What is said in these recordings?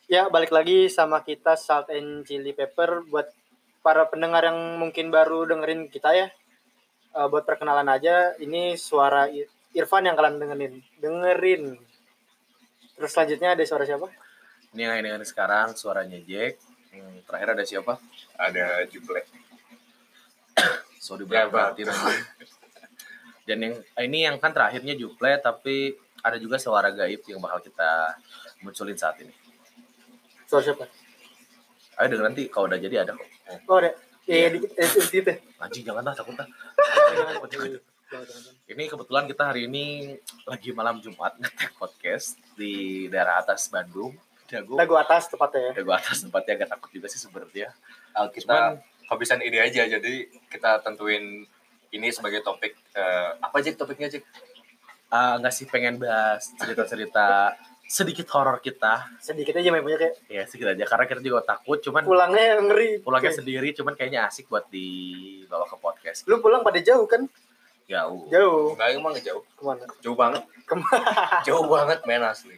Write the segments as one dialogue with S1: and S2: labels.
S1: Ya, balik lagi sama kita Salt and Chili Pepper. Buat para pendengar yang mungkin baru dengerin kita ya, buat perkenalan aja, ini suara Irfan yang kalian dengerin. Terus selanjutnya ada suara siapa?
S2: Ini yang dengerin sekarang suaranya Jack. Terakhir ada siapa?
S3: Ada Juple.
S2: Sorry berarti nanti. Dan yang ini yang kan terakhirnya Juple, tapi ada juga suara gaib yang bakal kita munculin saat ini.
S1: Suara siapa?
S2: Ayo denger nanti kalau udah jadi ada kok.
S1: Oh, ada. Iya, dikit deh.
S2: Anjing jangan takut dah. Ini kebetulan kita hari ini lagi malam Jumat nge-tag podcast di daerah atas Bandung.
S1: Dagu atas tepatnya ya.
S2: Dagu atas tempatnya, agak takut juga sih sebenarnya.
S3: Kita kehabisan ide aja, jadi kita tentuin ini sebagai topik. Apa Jack topiknya Jack?
S2: Nggak sih, pengen bahas cerita-cerita sedikit horor kita.
S1: Sedikit aja banyak kayak.
S2: Ya sedikit aja, karena kita juga takut. Cuman
S1: pulangnya ngeri.
S2: Pulangnya sendiri, cuman kayaknya asik buat dibawa ke podcast.
S1: Lu pulang pada jauh kan?
S2: Jauh.
S3: Enggak, emang jauh.
S1: Kemana?
S3: Jauh banget. Jauh banget men asli.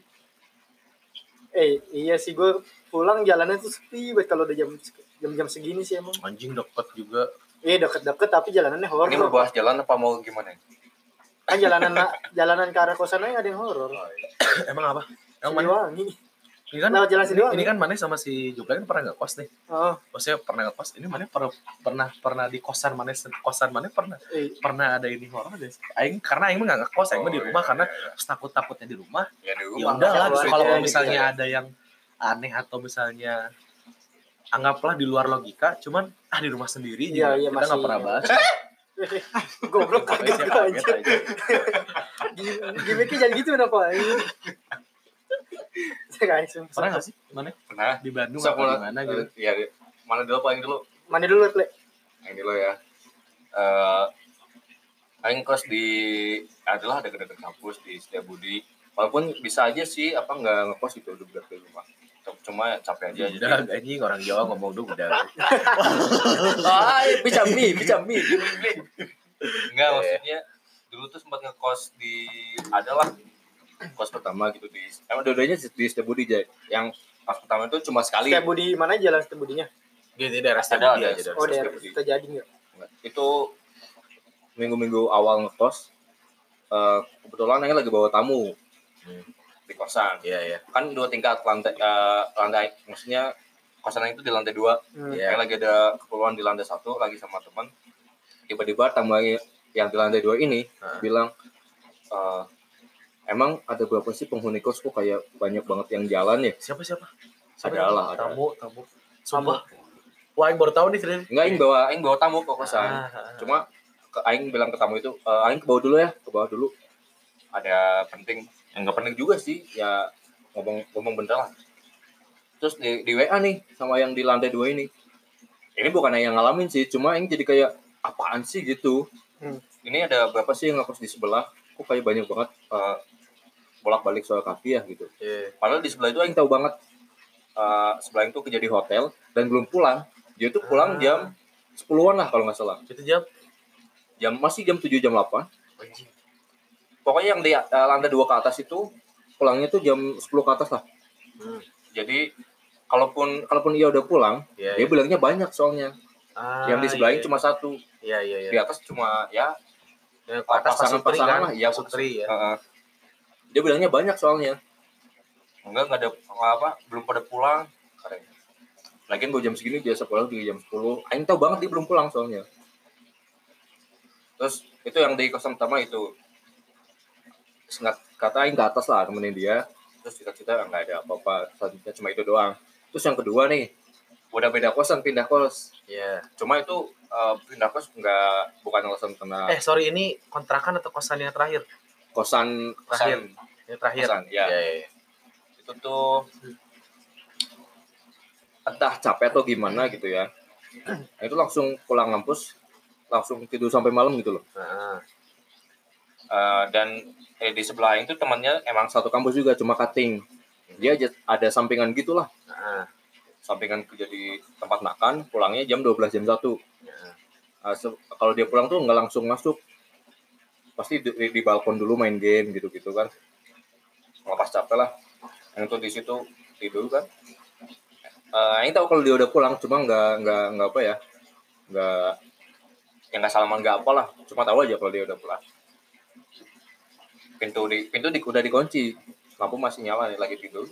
S1: Iya sih, gue pulang jalannya tuh sepi banget kalau udah jam segini sih emang.
S2: Anjing deket juga.
S1: Iya deket tapi jalanannya horor.
S3: Ini mau bahas jalan apa mau gimana?
S1: Kan jalanan ke arah kosannya ada yang horor.
S2: Emang apa? Emang
S1: Siliwangi.
S2: Ini kan
S1: lewat jalan Siliwangi.
S2: Ini kan Maneh sama si Jupla kan pernah ngekos nih.
S1: Oh.
S2: Maksudnya pernah ngekos. Ini Maneh pernah di kosan Maneh pernah ada ini horor deh. Karena Aing mah enggak ngekos, Aing mah di rumah karena takutnya di rumah.
S3: Ya di
S2: rumah. Ya udah lah, kalau misalnya ada yang aneh atau misalnya anggaplah di luar logika, cuman di rumah sendiri juga kita enggak pernah bahas.
S1: Goblok kaget aja. Gimiknya jangan gitu kenapa?
S2: Pernah nggak sih? Mana?
S3: Pernah.
S2: Di Bandung atau di mana gitu?
S3: Iya, mana dulu paling dulu?
S1: Mana dulu, Ple?
S3: Yang dulu ya. Aing kos di adalah dekat-dekat kampus di Setiabudi. Walaupun bisa aja sih nggak ngekos itu udah ke rumah. Cuma capek aja.
S2: Udah anjing orang Jawa ngomong dulu udah.
S3: Bisa mie. Enggak, maksudnya dulu tuh sempat ngekos di adalah kos pertama gitu emang dua-duanya di Setiabudi Jay. Yang pas pertama itu cuma sekali.
S1: Setiabudi mana jalan Setiabudinya?
S2: Di daerah Setiabudi aja.
S1: Oh, daerah Setiabudi enggak?
S3: Itu minggu-minggu awal ngekos, kebetulan Aing lagi bawa tamu di kosan.
S2: Iya.
S3: Kan 2 tingkat lantai, maksudnya kosan itu di lantai 2. Aing lagi ada keperluan di lantai 1 lagi sama teman. Tiba-tiba tamu yang di lantai 2 ini bilang, emang ada berapa sih penghuni kos kok kayak banyak banget yang jalan ya?
S2: Siapa?
S3: Ada.
S2: Tamu. Sumpah. Wah, Aing baru tahu nih serius.
S3: Enggak, Aing bawa tamu ke kosan. Cuma Aing bilang ke tamu itu, Aing ke bawah dulu. Ada penting. Enggak penting juga sih, ya ngomong bentar lah. Terus di WA nih sama yang di lantai 2 ini. Ini bukan yang ngalamin sih, cuma Aing jadi kayak apaan sih gitu. Ini ada berapa sih yang ngekos di sebelah? Kok kayak banyak banget bolak-balik soal kafe ya gitu. Padahal di sebelah itu Aing tahu banget sebelah itu kerja di hotel dan belum pulang. Dia tuh pulang jam 10-an lah kalau nggak salah.
S2: Itu
S3: masih jam 7 jam 8. Pokoknya yang di lantai 2 ke atas itu pulangnya tuh jam 10 ke atas lah. Jadi kalaupun ia udah pulang, dia bilangnya banyak soalnya. Yang di sebelahnya cuma satu.
S2: Iya.
S3: Di atas cuma
S2: pasangan
S3: lah, ya
S2: sutri ya.
S3: Dia bilangnya banyak soalnya. Enggak ada belum pada pulang. Lagian baru jam segini biasa pulang di jam 10. Aing tahu banget dia belum pulang soalnya. Terus itu yang di kosan pertama itu. Kata Aing ke atas lah temenin dia. Terus cita-cita enggak ada apa-apa. Selanjutnya cuma itu doang. Terus yang kedua nih, udah beda kosan, pindah kos.
S2: Iya.
S3: Cuma itu pindah kos bukan alasan karena.
S2: Sorry, ini kontrakan atau kosan yang terakhir?
S3: Kosan
S2: Yang terakhir.
S3: Kosan, ya.
S2: Iya.
S3: Itu tuh entah capek atau gimana gitu ya. Nah, itu langsung pulang kampus, langsung tidur sampai malam gitu loh. Dan di sebelah itu temannya emang satu kampus juga, cuma cutting. Dia ada sampingan gitulah. Sampingan kerja di tempat makan, pulangnya jam 12 jam 1. Kalau dia pulang tuh nggak langsung masuk, pasti di balkon dulu main game gitu kan. Ngelepas capek lah. Yang tuh di situ tidur kan. Aing tahu kalau dia udah pulang, cuma nggak apa ya, nggak salaman nggak apalah, cuma tahu aja kalau dia udah pulang. Pintu udah dikunci, lampu masih nyala nih, lagi tidur.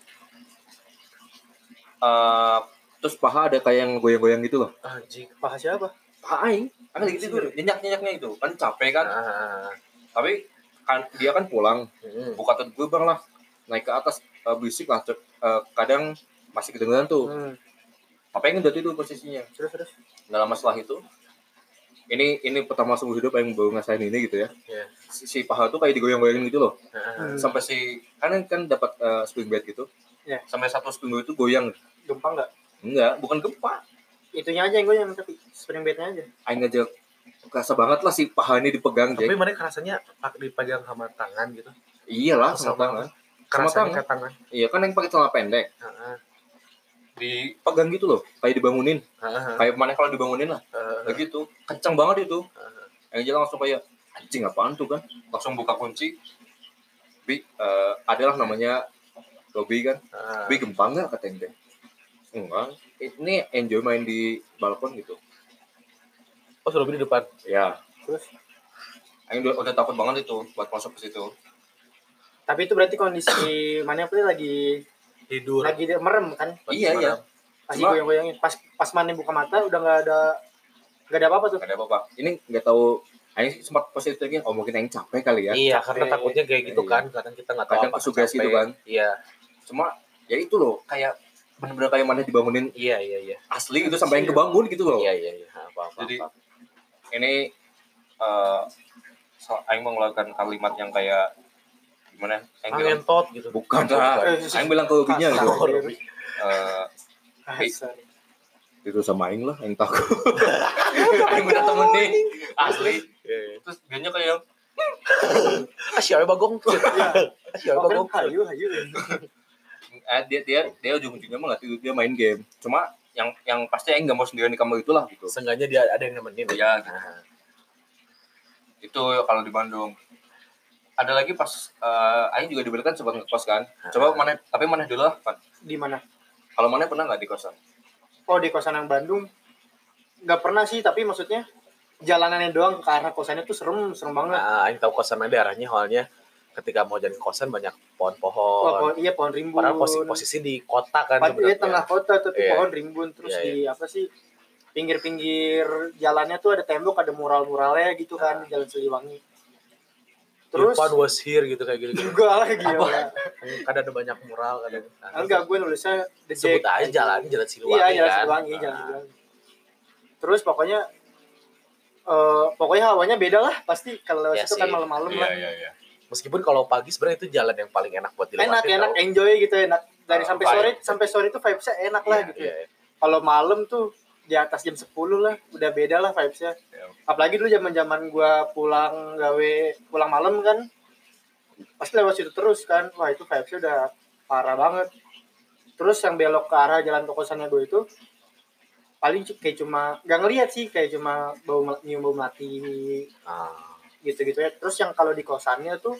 S3: Terus paha ada kayak yang goyang-goyang gitu loh.
S2: Anjing.
S1: Paha siapa?
S3: Paha Aing kan lagi tidur, nyenyak-nyenyaknya itu kan capek kan. Tapi kan dia kan pulang, buka tutup gerbang lah, naik ke atas, berisik lah, kadang masih kedengeran tuh. Apa yang udah tidur posisinya.
S1: Terus
S3: Nggak lama setelah itu, ini pertama seumur hidup yang baru ngasain ini gitu ya.
S2: Yeah.
S3: Si paha tuh kayak digoyang-goyangin gitu loh. Sampai kan dapat spring bed gitu.
S1: Yeah.
S3: Sampai satu spring bed itu goyang.
S1: Gempa nggak?
S3: Enggak, bukan gempa.
S1: Itunya aja yang goyang, tapi spring bednya aja.
S3: Aing aja kerasa banget lah si paha ini dipegang.
S2: Tapi mana kerasanya dipegang sama tangan gitu?
S3: Iyalah, sama tangan.
S2: Kerasanya ke tangan.
S3: Iya kan yang pakai celana pendek. Dipegang gitu loh, kayak dibangunin. Kayak mana kalau dibangunin lah. Kayak gitu. Kencang banget itu. Yang jelas langsung kayak anjing apaan tuh kan. Langsung buka kunci. Adalah namanya Robi kan. Bi gempa enggak kata ente? Enggak. Ini enjoy main di balkon gitu.
S2: Oh, sudah di depan.
S3: Ya.
S1: Terus
S3: Aing udah takut banget itu buat masuk ke situ.
S1: tapi itu berarti kondisi mana lagi
S2: tidur.
S1: Lagi merem kan?
S3: Iya.
S1: Pas goyang-goyangin. Pas Mane buka mata udah nggak ada apa-apa tuh.
S3: Nggak ada apa-apa. Ini nggak tahu. Aing sempat positifnya. Oh mungkin Aing capek kali ya.
S2: Iya, karena takutnya kayak gitu kan. Kadang kita nggak tahu
S3: kadang
S2: apa.
S3: kesugesti gitu kan.
S2: Iya.
S3: Cuma ya itu loh. Kayak bener-bener kayak mana dibangunin.
S2: Iya.
S3: Asli gitu sampai yang kebangun gitu loh.
S2: Iya. Apa-apa.
S3: Jadi ini Aing mengeluarkan kalimat yang kayak gimana? Aing bilang
S2: ngentot gitu.
S3: bukan lah. Aing bilang ke Robinya gitu. Itu sama Aing lah, Aing takut. Aing udah temenin asli. Terus dianya kayak
S2: Asyik bagong. Asyik bagong.
S1: Hayu.
S3: Dia ujung-ujungnya mah nggak tidur, dia main game. Cuma yang pasti Aing nggak mau sendirian di kamar itulah gitu.
S2: Seenggaknya dia ada yang nemenin.
S3: Ya. Gitu. Itu kalau di Bandung. Ada lagi pas Aing juga diberikan sempat ngekos kan. Coba mana dulu lah, Pan.
S1: Di mana?
S3: Kalau mana pernah nggak di kosan?
S1: Oh, di kosan yang Bandung nggak pernah sih, tapi maksudnya jalanannya doang ke arah kosannya tuh serem banget.
S2: Aing tahu kosan ada arahnya, soalnya ketika mau jalan kosan banyak pohon-pohon.
S1: Iya, pohon rimbun.
S2: Padahal posisi di kota kan
S1: sebenarnya. Tengah kota tuh pohon rimbun, terus di apa sih? Pinggir-pinggir jalannya tuh ada tembok, ada mural-muralnya gitu kan, di Jalan Siliwangi.
S2: Terus Irfan was here gitu kayak gitu.
S1: Enggak lah gila.
S2: Kadang ada banyak mural kadang.
S1: Enggak, gue nulisnya
S2: sebut aja Jalan Siliwangi.
S1: Iya, Jalan Siliwangi, Jalan Siliwangi. Terus pokoknya hawanya beda lah pasti kalau itu kan malam-malam lah.
S3: Iya.
S2: Meskipun kalau pagi sebenarnya itu jalan yang paling enak buat dilewatin.
S1: Enak, enjoy gitu, enak. Dari sampai sore itu vibes-nya enak lah gitu.
S2: Iya.
S1: Kalau malam tuh di atas jam 10 lah, udah beda lah vibes-nya. Apalagi dulu zaman-zaman gua pulang malam kan. Pasti lewat situ terus kan. Wah, itu vibes-nya udah parah banget. Terus yang belok ke arah jalan ke kosannya gue itu paling kayak cuma enggak ngelihat sih, kayak cuma nyium bau melati. Gitu-gitu ya. Terus yang kalau di kosannya tuh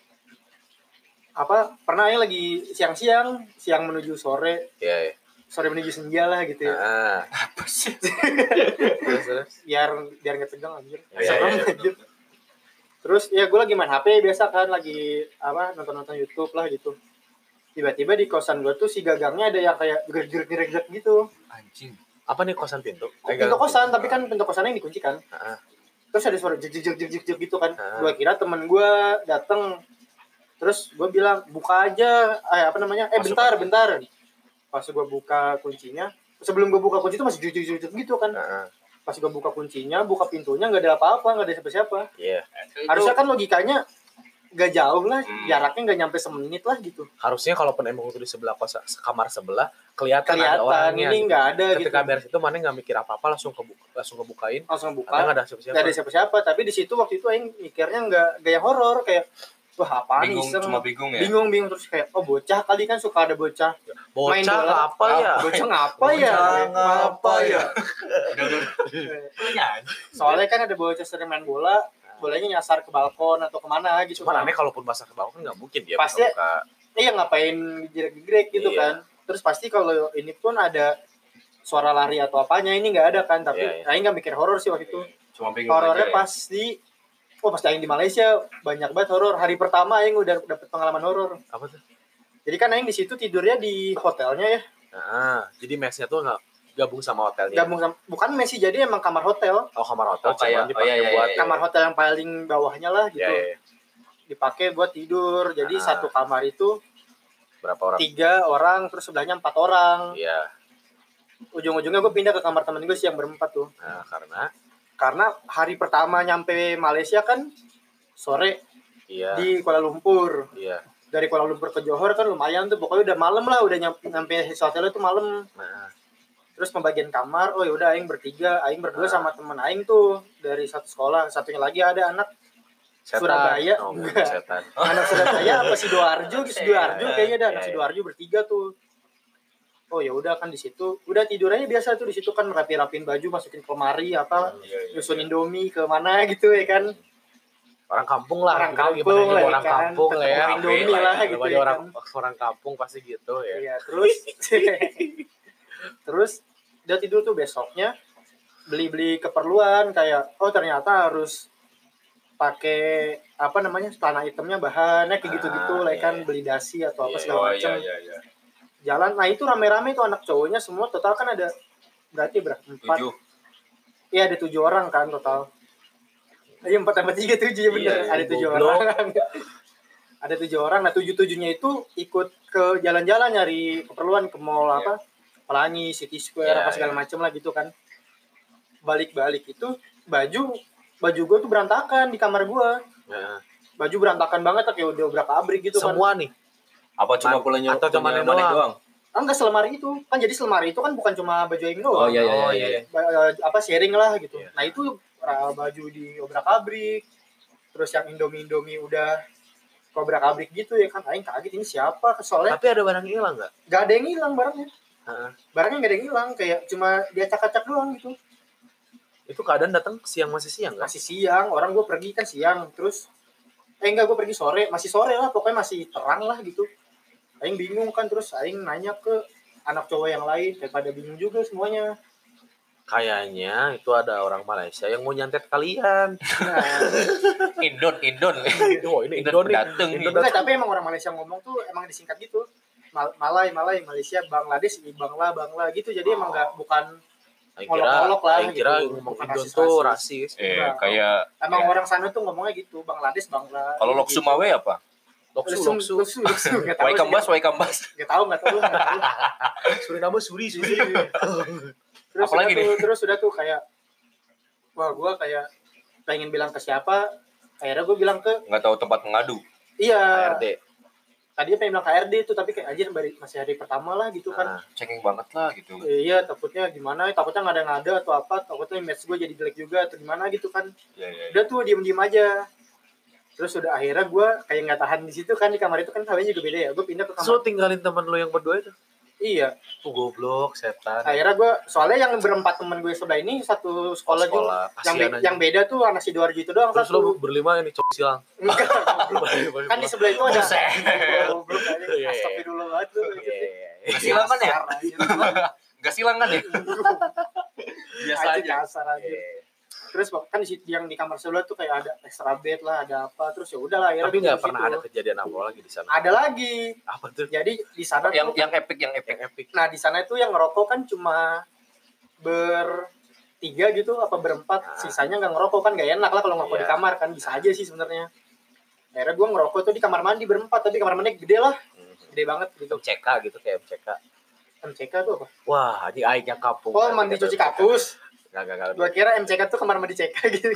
S1: pernah yang lagi siang menuju sore.
S2: Iya.
S1: Sore menuju senja lah gitu ya.
S2: Apa sih?
S1: biar nggak tegang anjir.
S2: Iya.
S1: Terus ya gue lagi main HP biasa kan, lagi nonton YouTube lah gitu. Tiba-tiba di kosan gue tuh si gagangnya ada yang kayak gerak-gerak gitu.
S3: Anjing.
S2: Apa nih kosan pintu?
S1: Pintu kosan, tapi kan pintu kosannya yang dikunci kan. Terus ada suara jek gitu kan. Gue kira temen gue dateng. Terus gue bilang buka aja. Bentar. Pas gue buka kuncinya, sebelum gue buka kunci itu masih jujur gitu kan. Pas gue buka kuncinya, buka pintunya nggak ada apa-apa, nggak ada siapa-siapa.
S2: Iya.
S1: Harusnya kan logikanya nggak jauh lah, jaraknya nggak nyampe semenit lah gitu.
S2: Harusnya kalaupun emang itu di sebelah kamar sebelah kelihatan ada orangnya.
S1: Ini nggak ada.
S2: Ketika
S1: gitu.
S2: beres itu mana nggak mikir apa-apa, langsung kebukain.
S1: Langsung buka.
S2: Nggak ada siapa-siapa.
S1: Nggak ada siapa-siapa. Tapi di situ waktu itu Aing mikirnya nggak yang horor, kayak wah apaan nih,
S3: cuma bingung ya.
S1: Bingung terus kayak bocah kali kan, suka ada bocah main bola.
S2: Apa ya?
S1: Bocah ngapa ya? Soalnya kan ada bocah sering main bola, bolanya nyasar ke balkon atau kemana gitu.
S2: Cuman aneh kalaupun basah ke balkon nggak mungkin dia
S1: pasti iya ngapain gerak-gerak gitu kan. Terus pasti kalau ini pun ada suara lari atau apanya, ini nggak ada kan. Tapi Aing nggak mikir horor sih waktu itu.
S3: Cuma bingung
S1: Horornya
S3: aja ya.
S1: pas Aing di Malaysia banyak banget horor. Hari pertama Aing udah dapet pengalaman horor.
S2: Apa tuh?
S1: Jadi kan Aing di situ tidurnya di hotelnya ya.
S2: Jadi mesnya tuh nggak gabung sama hotelnya.
S1: Bukan mes sih, jadi emang kamar hotel.
S2: Oh, kamar hotel
S3: kayak
S2: buat
S1: kamar hotel yang paling bawahnya lah gitu. Dipakai buat tidur. Jadi satu kamar itu
S2: berapa orang?
S1: 3 orang, terus sebelahnya 4 orang.
S2: Iya.
S1: Ujung-ujungnya gue pindah ke kamar temen gue sih yang berempat tuh.
S2: Nah,
S1: karena hari pertama nyampe Malaysia kan sore di Kuala Lumpur.
S2: Iya.
S1: Dari Kuala Lumpur ke Johor kan lumayan tuh, pokoknya udah malam lah, udah nyampe hotelnya tuh malam. Terus pembagian kamar, oh yaudah Aing bertiga, Aing berdua sama temen Aing tuh dari satu sekolah, satunya lagi ada anak Surabaya.
S2: Setan.
S1: Anak Surabaya apa Sidoarjo kayaknya ada anak Sidoarjo bertiga tuh. Oh ya udah kan di situ, udah tidurnya biasa tuh di situ kan, rapi-rapin baju, masukin ke lemari apa, nyusun Indomie ke mana gitu ya kan.
S2: Orang kampung lah,
S1: orang kampung
S2: lah ya.
S1: Indomie lah gitu ya
S2: orang kampung pasti gitu ya.
S1: Iya, terus udah tidur tuh, besoknya beli keperluan kayak ternyata harus pakai apa namanya celana hitamnya bahannya kayak gitu-gitu lah kan, beli dasi atau apa segala macam. Jalan, nah itu rame-rame tuh anak cowoknya semua, total kan ada berarti 4. Iya, ada 7 orang kan total. Iya 4 tambah 3 7 ya benar. Ada 7 orang. Ada 7 orang. Nah 7-7-nya itu ikut ke jalan-jalan nyari keperluan ke mall apa, Pelangi, City Square apa segala macam lah gitu kan. Balik-balik itu baju gue tuh berantakan di kamar gue. Baju berantakan banget, kayak udah berapa abrik gitu kan.
S2: Semua nih.
S3: Apa cuma pulangnya
S2: atau cuma doang?
S1: Enggak, selemari itu. Kan jadi selemari itu kan bukan cuma baju Aing doang.
S3: Oh iya.
S1: Apa sharing lah gitu. Nah itu baju di obrak-abrik. Terus yang Indomie udah obrak-abrik gitu ya kan. Aing kaget, ini siapa? Soalnya
S2: tapi ada barang hilang enggak?
S1: Enggak ada yang hilang barangnya. Barangnya enggak ada yang hilang, kayak cuma diacak-acak doang gitu.
S2: Itu keadaan datang masih siang kan?
S1: Masih siang, orang gue pergi kan siang. Terus enggak, gue pergi sore, masih sore lah, pokoknya masih terang lah gitu. Aing bingung kan, terus Aing nanya ke anak cowok yang lain, kayak pada bingung juga semuanya.
S2: Kayaknya itu ada orang Malaysia yang mau nyantet kalian.
S3: Indon.
S2: Oh, ini Indon
S3: dateng.
S1: Enggak, tapi emang orang Malaysia ngomong tuh emang disingkat gitu. Malay, Malaysia, Bangladesh, Bangla gitu. Jadi emang bukan ngolok-ngolok lah gitu.
S2: Kira ngomong Indon tuh rasis.
S3: Kayak
S1: emang orang sana tuh ngomongnya gitu, Bangladesh, Bangla.
S3: Kalau Lok Sumawe apa?
S1: Loksu.
S3: Wai Kambas.
S1: Enggak tahu.
S2: Suriname Suri.
S1: Terus udah tuh kayak, wah gue kayak pengen bilang ke siapa, akhirnya gue bilang ke
S3: nggak tahu tempat mengadu.
S1: Iya.
S2: HRD.
S1: Tadinya pengen bilang KRD itu, tapi kayak aja masih hari pertama lah gitu kan.
S3: Checking banget lah gitu.
S1: Iya, takutnya gimana, takutnya nggak ada ngada atau apa, takutnya match gue jadi jelek juga atau gimana gitu kan.
S3: Iya.
S1: Udah tuh diem aja. Terus udah akhirnya gue kayak nggak tahan di situ kan, di kamar itu kan hawanya juga beda ya. Gue pindah ke kamar.
S2: So tinggalin teman lo yang berdua itu?
S1: Iya.
S2: Goblok, setan.
S1: Akhirnya gue, soalnya yang berempat teman gue sebelah ini satu sekolah juga. Yang beda tuh anak Sidoarjo itu doang.
S2: Terus lo berlima ini cowok silang.
S1: Enggak. Kan di sebelah itu ada. Goblok aja. Astagfirullah banget tuh.
S3: Gak silang kan ya? Gak silang kan ya?
S1: Biasa aja. Kasar aja. Terus kan yang di kamar sebelah tuh kayak ada extra bed lah, ada apa, terus ya udahlah.
S2: Tapi nggak pernah ada kejadian apa lagi di sana?
S1: Ada lagi.
S2: Apa tuh?
S1: Jadi di sana
S3: yang epic.
S1: Nah di sana itu yang ngerokok kan cuma bertiga gitu, apa berempat, sisanya nggak ngerokok kan, nggak enak lah kalau ngerokok di kamar kan, bisa aja sih sebenarnya. Akhirnya gue ngerokok tuh di kamar mandi berempat, tapi kamar mandi gede lah, gede banget gitu.
S2: MCK gitu, kayak
S1: MCK tuh apa?
S2: Wah, ini aing yang kampung.
S1: Oh, mandi cuci kakus.
S2: Enggak.
S1: Gua kira MCK tuh kamar mandi CK gitu.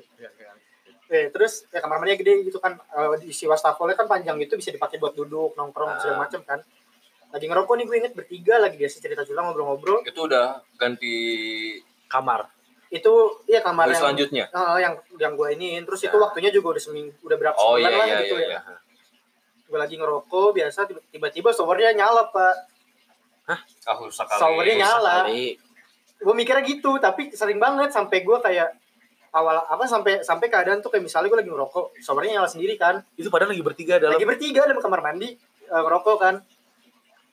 S1: Terus ya kamar mandinya gede gitu kan, isi wastafelnya kan panjang gitu, bisa dipakai buat duduk, nongkrong segala macam kan. Lagi ngerokok nih gue inget bertiga lagi biasa cerita curang ngobrol-ngobrol.
S3: Itu udah ganti
S2: kamar.
S1: Itu iya kamar
S3: yang selanjutnya.
S1: Yang gue iniin, terus itu waktunya juga udah udah berapa bulan lah gitu ya. Gue lagi ngerokok biasa, tiba-tiba showernya nyala, Pak.
S2: Hah?
S1: Showernya nyala. Gue mikirnya gitu, tapi sering banget sampai gue kayak sampai keadaan tuh kayak misalnya gue lagi ngerokok, showernya nyala sendiri kan.
S2: Itu padahal lagi bertiga dalam
S1: kamar mandi ngerokok kan.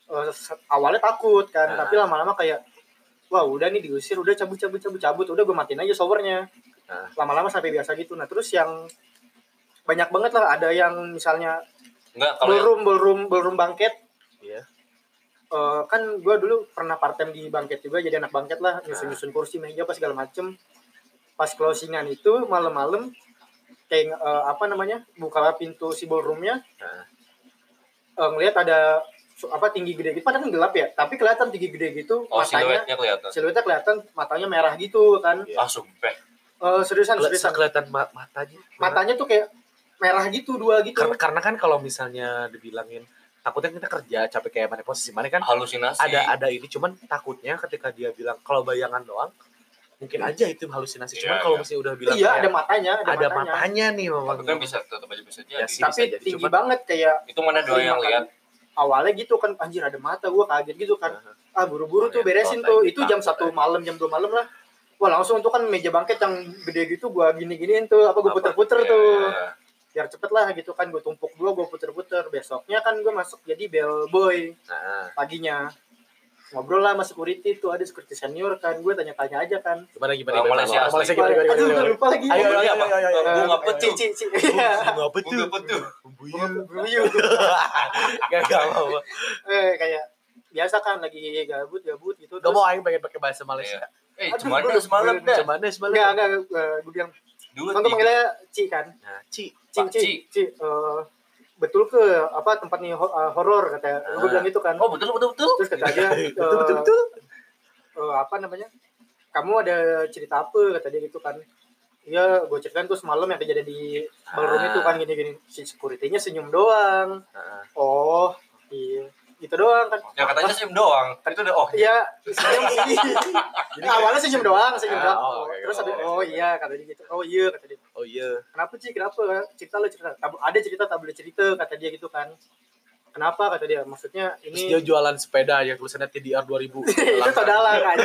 S1: awalnya takut kan, tapi lama-lama kayak wah udah nih diusir, udah cabut, udah gue matiin aja showernya. Lama-lama sampai biasa gitu. Nah terus yang banyak banget lah, ada yang misalnya ballroom bangket.
S2: Iya.
S1: Kan gue dulu pernah part time di bangket juga, jadi anak bangket lah, nyusun kursi, meja apa segala macem. Pas closingan itu malam-malam kayak buka pintu si ballroomnya, ngelihat ada tinggi gede gitu, padahal kan gelap ya, tapi kelihatan tinggi gede gitu, matanya siluetnya kelihatan, matanya merah gitu kan.
S3: Sumpah.
S1: Seriusan
S2: kelihatan
S1: matanya tuh kayak merah gitu, dua gitu.
S2: Karena kan kalau misalnya dibilangin takutnya kita kerja capek kayak mana posisi mana kan
S3: halusinasi.
S2: Ada ini, cuman takutnya ketika dia bilang kalau bayangan doang mungkin aja itu halusinasi. Cuman kalau misalnya udah bilang
S1: ada matanya
S2: nih memang.
S3: Kan bisa tetap aja bisa jadi.
S1: Tapi tinggi banget kayak
S3: itu mana doa yang lihat.
S1: Awalnya gitu kan, anjir ada mata, gue kaget gitu kan. Buru-buru tuh beresin tuh. Itu jam 1 malam, jam 2 malam lah. Wah langsung tuh kan meja bangket yang gede gitu, gue gini-giniin tuh, gue puter-puter tuh. Biar cepet lah gitu kan, gue tumpuk dulu, gue puter-puter. Besoknya kan gue masuk jadi bellboy paginya. Ngobrol lah sama security tuh, ada security senior kan, gue tanya-tanya aja kan.
S2: Gimana?
S3: Malaysia asli.
S1: Aduh udah lupa lagi.
S2: Ayo.
S3: Bunga petu.
S1: Buyu.
S2: Gak mau.
S1: Kayak biasa kan lagi gabut gitu.
S2: Gak mau aing pengen pakai bahasa Malaysia.
S3: Cemana semalam dah.
S1: Enggak, gue bilang.
S3: Dulu
S1: kan gue manggilnya Ci kan.
S2: Nah, Ci.
S1: Betul ke tempat nih horor katanya. Gue bilang gitu kan.
S3: Oh betul.
S1: Terus kata dia betul. Kamu ada cerita apa, kata dia gitu kan. Iya, gue ceritain tuh semalam yang kejadian di ballroom itu kan, gini-gini. Si security-nya senyum doang. Oh iya, gitu doang kan.
S3: Ya katanya senyum doang. Tadi itu udah
S1: iya, senyum sih. Awalnya senyum doang. Terus iya kata dia gitu. Oh iya. Kenapa sih? Kenapa? Cerita. Ada cerita, tak boleh cerita, kata dia gitu kan. Kenapa, kata dia? Maksudnya ini
S2: dia jualan sepeda yang tulisannya TDR 2000.
S1: Itu todalang kan.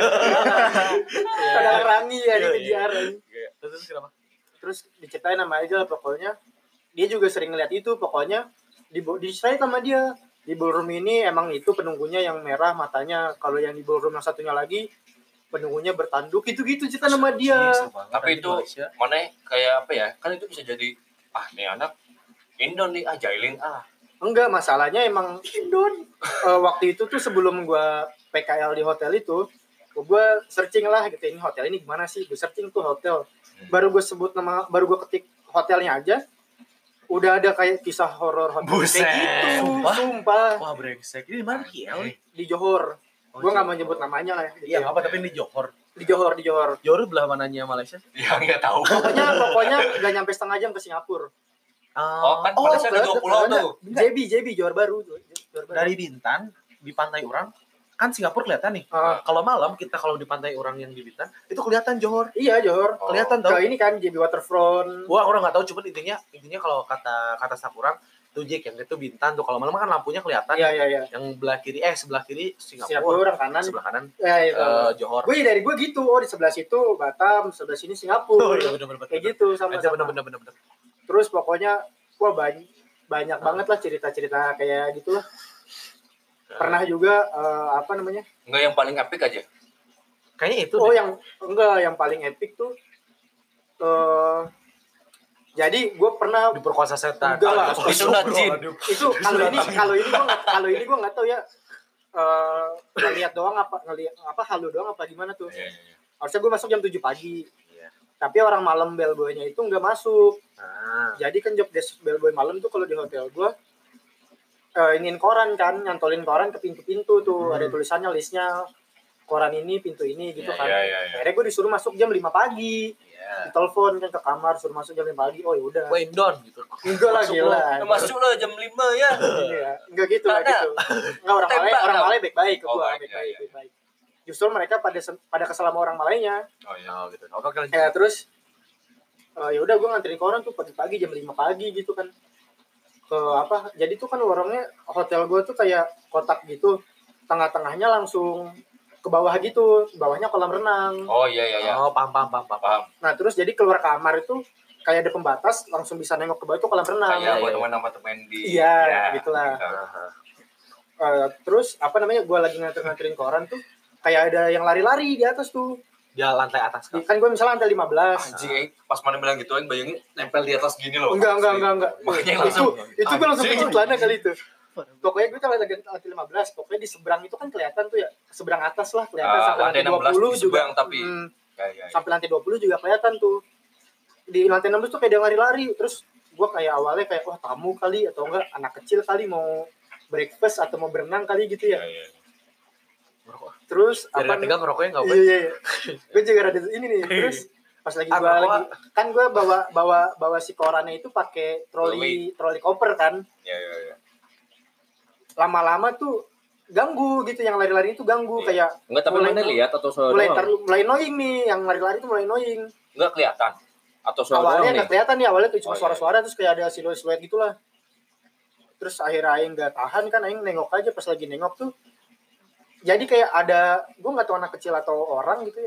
S1: Todalang rangi ya di TDR.
S2: Terus kenapa?
S1: Terus diceritain sama aja pokoknya. Dia juga sering ngeliat itu, pokoknya diceritain sama dia. Di ballroom ini emang itu penunggunya yang merah matanya. Kalau yang di ballroom yang satunya lagi penunggunya bertanduk, gitu-gitu cerita sama dia.
S3: Tapi itu mana kayak apa ya? Kan itu bisa jadi nih anak Indon nih, jailin
S1: Enggak, masalahnya emang Indon. Waktu itu tuh sebelum gue PKL di hotel itu, gue searching lah gitu, ini hotel ini gimana sih? Gue searching tuh hotel. Baru gue ketik hotelnya aja, udah ada kayak kisah horor hotel kayak gitu. Sumpah.
S2: Wah brengsek. Ini di mana Kiel?
S1: Di Johor. Gue nggak mau nyebut namanya lah.
S2: Iya apa, tapi di Johor.
S1: Di Johor.
S2: Johor belah mananya Malaysia?
S3: Ya nggak tahu.
S1: Pokoknya nggak nyampe setengah jam ke Singapura.
S3: Kan Malaysia ada 2 pulau tuh.
S1: JB Johor Baru.
S2: Dari Bintan di pantai orang kan Singapura kelihatan nih. Kalau malam kita kalau di pantai orang yang di Bintan itu kelihatan Johor.
S1: Iya Johor.
S2: Kelihatan tau.
S1: Ini kan JB Waterfront.
S2: Gua orang nggak tahu, cuma intinya kalau kata staff orang tuh Jack yang itu Bintan tuh kalau malam kan lampunya kelihatan.
S1: Iya.
S2: Yang sebelah kiri
S1: Singapura, sebelah kanan.
S2: Johor.
S1: Dari gue gitu. Di sebelah situ Batam, sebelah sini Singapura. Kayak gitu sama.
S2: Bener.
S1: Terus pokoknya banyak banget lah cerita-cerita kayak gitu lah. Pernah juga
S3: Enggak yang paling epic aja.
S2: Kayaknya itu.
S1: Yang paling epic tuh jadi gue pernah
S2: diperkosa setan.
S1: Enggak lah.
S3: Itu jin.
S1: Itu kalau ini gue nggak tahu ya. Ngelihat doang halu doang apa gimana tuh. Harusnya gue masuk jam 7 pagi. Tapi orang malam bellboy-nya itu nggak masuk. Jadi kan job desk bellboy malam tuh kalau di hotel gue ingin koran kan, nyantolin koran ke pintu-pintu tuh. Ada tulisannya, listnya koran ini, pintu ini gitu kan. Akhirnya gue disuruh masuk jam 5 pagi. Ditelepon kan ke kamar, suruh masuk jam 5 pagi. Oh yaudah.
S2: Gue indon gitu.
S1: Enggak lah, gila.
S3: Masuk lah jam 5 ya.
S1: Enggak gitu. Enggak, orang Malay baik-baik ke gue. Baik-baik. Justru mereka pada kesel sama orang Malaynya.
S2: Gitu.
S1: Terus ya udah gue nganterin koran tuh pagi-pagi jam 5 pagi gitu kan. Jadi tuh kan warungnya hotel gue tuh kayak kotak gitu. Tengah-tengahnya langsung ke bawah gitu. Bawahnya kolam renang.
S3: Oh iya.
S2: Oh, paham.
S1: Nah, terus jadi keluar kamar itu kayak ada pembatas, langsung bisa nengok ke bawah itu kolam renang.
S3: Kayak buat teman-teman di.
S1: Iya, gitulah. Terus apa namanya, gue lagi nganterin koran tuh kayak ada yang lari-lari di atas tuh.
S2: Dia lantai atas kan.
S1: Kan gue misalnya lantai 15.
S3: Anjing, pas mana bilang gitu aing bayangin nempel di atas gini loh.
S1: Enggak.
S3: Makanya langsung
S1: Itu gue langsung kecil celana kali itu. Pokoknya gue kalau lantai 15, pokoknya di seberang itu kan kelihatan tuh ya, seberang atas lah kelihatan sampai lantai 20 juga.
S3: Tapi
S1: sampai lantai 20 juga kelihatan tuh. Di lantai 16 tuh kayak dia lari-lari. Terus gue kayak awalnya kayak wah tamu kali atau enggak anak kecil kali mau breakfast atau mau berenang kali gitu ya. Terus
S2: apa tinggal ngerokoknya enggak apa?
S1: Iya. Gue juga ada ini nih. Terus pas lagi gue lagi kan gue bawa si korannya itu pakai troli koper kan.
S3: Iya.
S1: Lama-lama tuh ganggu gitu, yang lari-lari itu ganggu kayak
S3: enggak, tapi mana lihat atau
S1: mulai annoying nih, yang lari-lari itu mulai annoying.
S3: Enggak kelihatan atau suara
S1: awalnya nggak kelihatan nih, awalnya tuh cuma suara-suara
S3: iya.
S1: Terus kayak ada siluet gitulah. Terus akhirnya aing nggak tahan kan, aing nengok aja. Pas lagi nengok tuh jadi kayak ada, gue nggak tahu anak kecil atau orang gitu ya,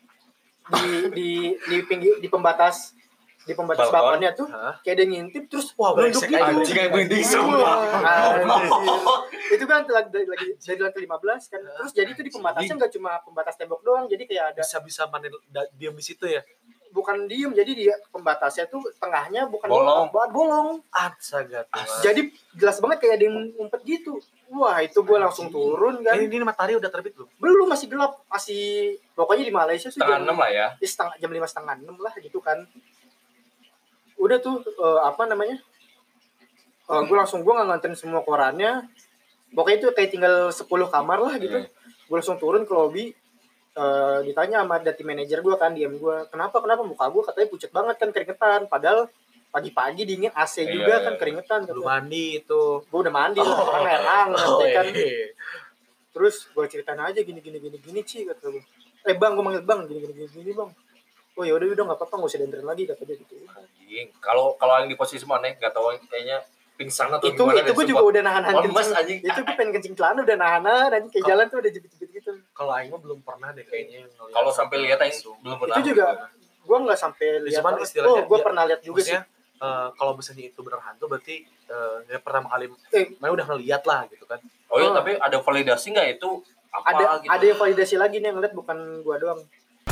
S1: di pinggir di pembatas balkonnya tuh kayak ada ngintip terus nunduk gitu.
S3: Anjing kayak berhenti semua.
S1: Itu kan lagi dari lantai 15 kan. Terus jadi tuh di pembatasnya nggak cuma pembatas tembok doang, jadi kayak ada
S2: bisa mana diam di situ ya.
S1: Bukan diem, jadi dia pembatasnya tuh tengahnya bukan bolong.
S2: Astaga.
S1: Jadi jelas banget kayak ada yang ngumpet gitu. Wah, itu gue langsung turun kan.
S2: Ini matahari udah terbit belum?
S1: Belum, masih gelap. Masih pokoknya di Malaysia sih
S3: jam 6 lah ya.
S1: Jam 5 setengah 6 lah gitu kan. Udah tuh apa namanya? Gue nggak nganterin semua korannya. Pokoknya itu kayak tinggal 10 kamar lah gitu. Gue langsung turun ke lobby. Ditanya sama dati manajer gue kan, DM gue, kenapa muka gue katanya pucat banget kan, keringetan, padahal pagi-pagi dingin AC juga kan, keringetan.
S2: Belum mandi itu.
S1: Gue udah mandi lah, kan air hangat kan. Terus gue ceritain aja gini Ci, kata gue. Bang, gue manggil bang, gini bang. Oh ya udah nggak apa-apa, nggak usah dianterin lagi kata dia gitu.
S3: Anjing, kalau yang di posisi mana nggak tahu, kayaknya pingsan atau
S1: gimana. Itu gue juga udah nahan
S3: kencing.
S1: Itu gue pengen kencing celana udah nahan anjing, kayak jalan tuh udah jepit-jepit gitu.
S2: Kalau aing mah belum pernah deh kayaknya.
S3: Kalau sampai lihat aing belum pernah.
S1: Itu juga gue nggak sampai lihat. Gue pernah lihat juga sih.
S2: Kalau misalnya itu benar hantu berarti pertama kali mana udah ngeliat lah gitu kan.
S3: Oh iya, tapi ada validasi nggak itu apa gitu?
S1: Ada yang validasi lagi nih yang ngeliat, bukan gue doang.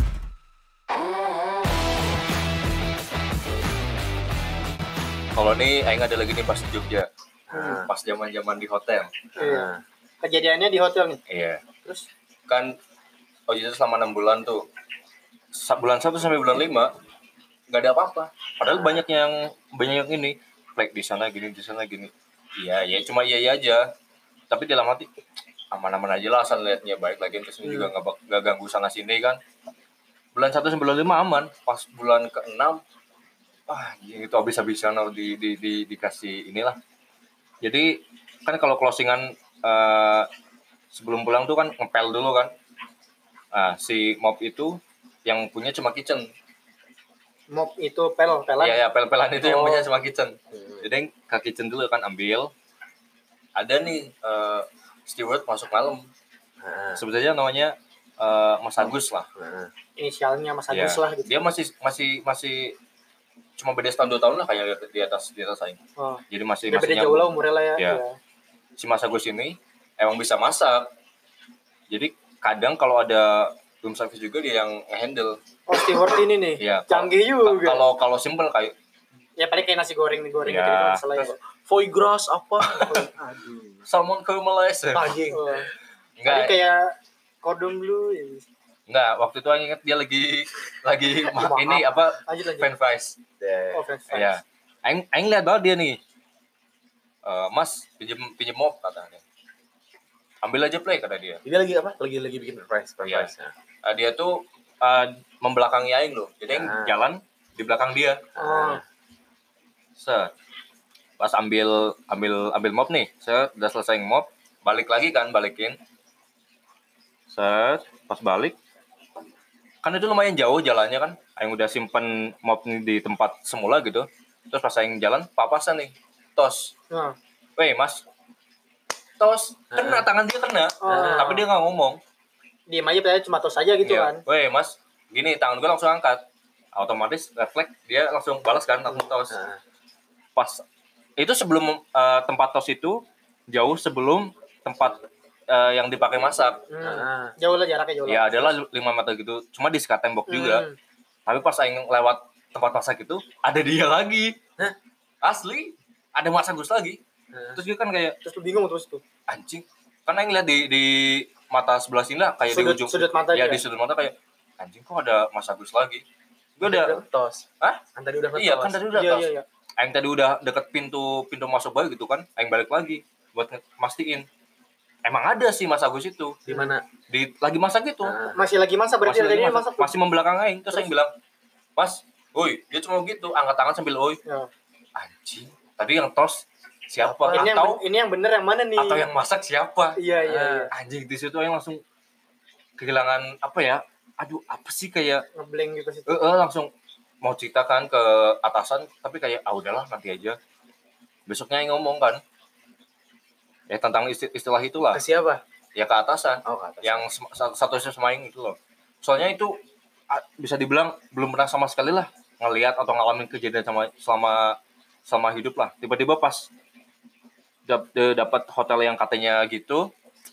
S3: Kalau nih aing ada lagi nih pas di Jogja. Pas zaman-zaman di hotel.
S1: Kejadiannya di hotel nih.
S3: Iya.
S1: Terus
S3: kan itu selama 6 bulan tuh. Bulan 1 sampai bulan 5 enggak ada apa-apa. Padahal banyak yang ini, flag di sana gini. Iya, cuma iya aja. Tapi dalam hati aman-aman aja lah, asal liatnya baik, lagi kesini juga enggak ganggu sana sini kan. Bulan 1 sampai bulan 5 aman. Pas bulan ke-6 itu habis-habisan dikasih inilah. Jadi kan kalau closingan sebelum pulang tuh kan ngepel dulu kan. Si mop itu yang punya cuma kitchen.
S1: Mop itu pelan?
S3: Iya, pel-pelan itu yang punya cuma kitchen. Jadi ke kitchen dulu kan ambil. Ada nih steward masuk malam. Sebetulnya namanya Mas Agus lah.
S1: Inisialnya Mas Agus lah gitu.
S3: Dia masih cuma beda setahun 2 tahun lah kayak di atas aing. Jadi masih
S1: beda jauh lah umurnya lah ya.
S3: Ya. Si Mas Agus ini emang bisa masak. Jadi kadang kalau ada room service juga dia yang nge-handle.
S1: Steward ini nih.
S3: Ya,
S1: canggih juga.
S3: Kalau simple kayak
S1: ya paling kayak nasi goreng gitu
S3: ya.
S1: Masalah ya.
S2: Foie gras apa? Aduh.
S3: Salmon ke Malaysia.
S2: Anjing.
S1: Enggak. Kayak cordon bleu ya.
S3: Enggak, waktu itu ingat dia lagi ini apa? French fries.
S1: French fries.
S3: Ya. Aing lihat banget dia nih. Mas, pinjem mop katanya. Ambil aja play kata dia.
S2: Ini lagi apa? Lagi bikin fries.
S3: Ya. Dia tuh membelakangi aing loh. Jadi aing jalan di belakang dia. Set. Pas ambil mop nih. Set, udah selesai mop, balikin. Set, pas balik kan itu lumayan jauh jalannya kan. Aing udah simpen mop nih di tempat semula gitu. Terus pas aing jalan, papasan nih. Tos. Weh, Mas. Tos. Kena tangan dia kena. Tapi dia enggak ngomong.
S1: Diam aja, cuma tos aja gitu kan.
S3: Weh, Mas. Gini, tangan gue langsung angkat. Otomatis refleks dia langsung balas kan, langsung tos. Pas itu sebelum tempat tos itu jauh sebelum tempat yang dipakai masak.
S1: Jauh lah jaraknya jauh lah.
S3: Ya adalah 5 meter gitu. Cuma di sekat tembok juga. Tapi pas aing lewat tempat masak itu ada dia lagi. Asli, ada Mas Agus lagi. Terus dia kan kayak
S1: Terus lu bingung terus tuh.
S3: anjing. Karena yang lihat di mata sebelah sini lah kayak di ujung
S1: sudut mata
S3: ya
S1: dia.
S3: di sudut mata kayak anjing kok ada Mas Agus lagi. Gue udah
S2: ngetos.
S3: Hah?
S2: Kan tadi udah ngetos.
S3: Iya, kan tadi udah tos.
S1: Iya.
S3: Aing tadi udah deket pintu masuk bayi gitu kan. Aing balik lagi buat mastiin. Emang ada sih Mas Agus itu.
S2: Di mana?
S3: Lagi masak gitu.
S1: Masih lagi masak berarti
S3: Masih lagi
S1: tadi masak.
S3: masih membelakang aing. Terus aing bilang, "Mas, woi, dia cuma gitu, angkat tangan sambil oi."
S1: Ya.
S3: Anjing. Tadi yang tos siapa?
S1: Ini yang bener yang mana nih?
S3: Atau yang masak siapa?
S1: Iya.
S3: Anjing di situ aing langsung kehilangan apa ya? Aduh, apa sih kayak
S1: Ngeblank gitu sih.
S3: langsung mau ceritakan ke atasan tapi kayak udahlah nanti aja. Besoknya aing ngomong kan. Ya tentang istilah itulah.
S2: Ke siapa?
S3: Ya ke atasan.
S2: Oh, ke atasan.
S3: Yang satu sama aing itu loh. Soalnya itu bisa dibilang belum pernah sama sekali lah ngelihat atau ngalamin kejadian selama hidup lah. Tiba-tiba pas dapat hotel yang katanya gitu,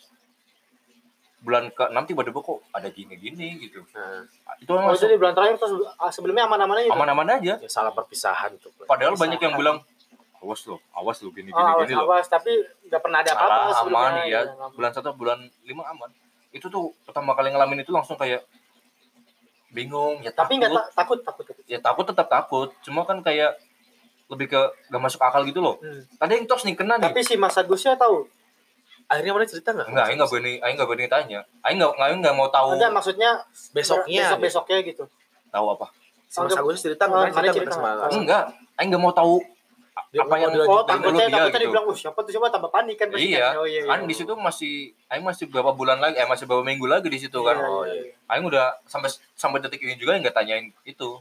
S3: bulan ke-6 tiba-tiba kok ada gini-gini gitu. Itu
S1: Itu di bulan terakhir terus sebelumnya aman-aman aja.
S3: Aman-aman aja.
S2: Ya, salah perpisahan tuh.
S3: Padahal banyak yang bilang awas lo gini loh.
S1: Awas, tapi nggak pernah ada apa-apa
S3: Salah,
S1: sebelumnya.
S3: aman ya. Bulan 1 bulan 5 aman. Itu tuh pertama kali ngalamin itu langsung kayak bingung ya.
S1: Tapi nggak takut.
S3: Ya takut tetap takut. Cuma kan kayak lebih ke gak masuk akal gitu loh. Tadi yang tos nih kena nih.
S1: Tapi si Mas Agusnya tahu.
S2: Akhirnya mana cerita nggak?
S3: Enggak, aing enggak berani tanya. Aing enggak mau tahu.
S1: Enggak, maksudnya besoknya gitu.
S3: Tahu apa?
S2: Si Mas Agus cerita nggak?
S1: Mana
S2: Cerita sama
S3: Enggak, aing enggak mau tahu apa yang
S1: takutnya
S3: dia gitu.
S1: dibilang siapa tambah panik kan pasti.
S3: Iya,
S1: Kan.
S3: kan di situ aing masih beberapa bulan lagi, masih beberapa minggu lagi di situ kan.
S1: Iya.
S3: Aing udah sampai detik ini juga enggak tanyain itu.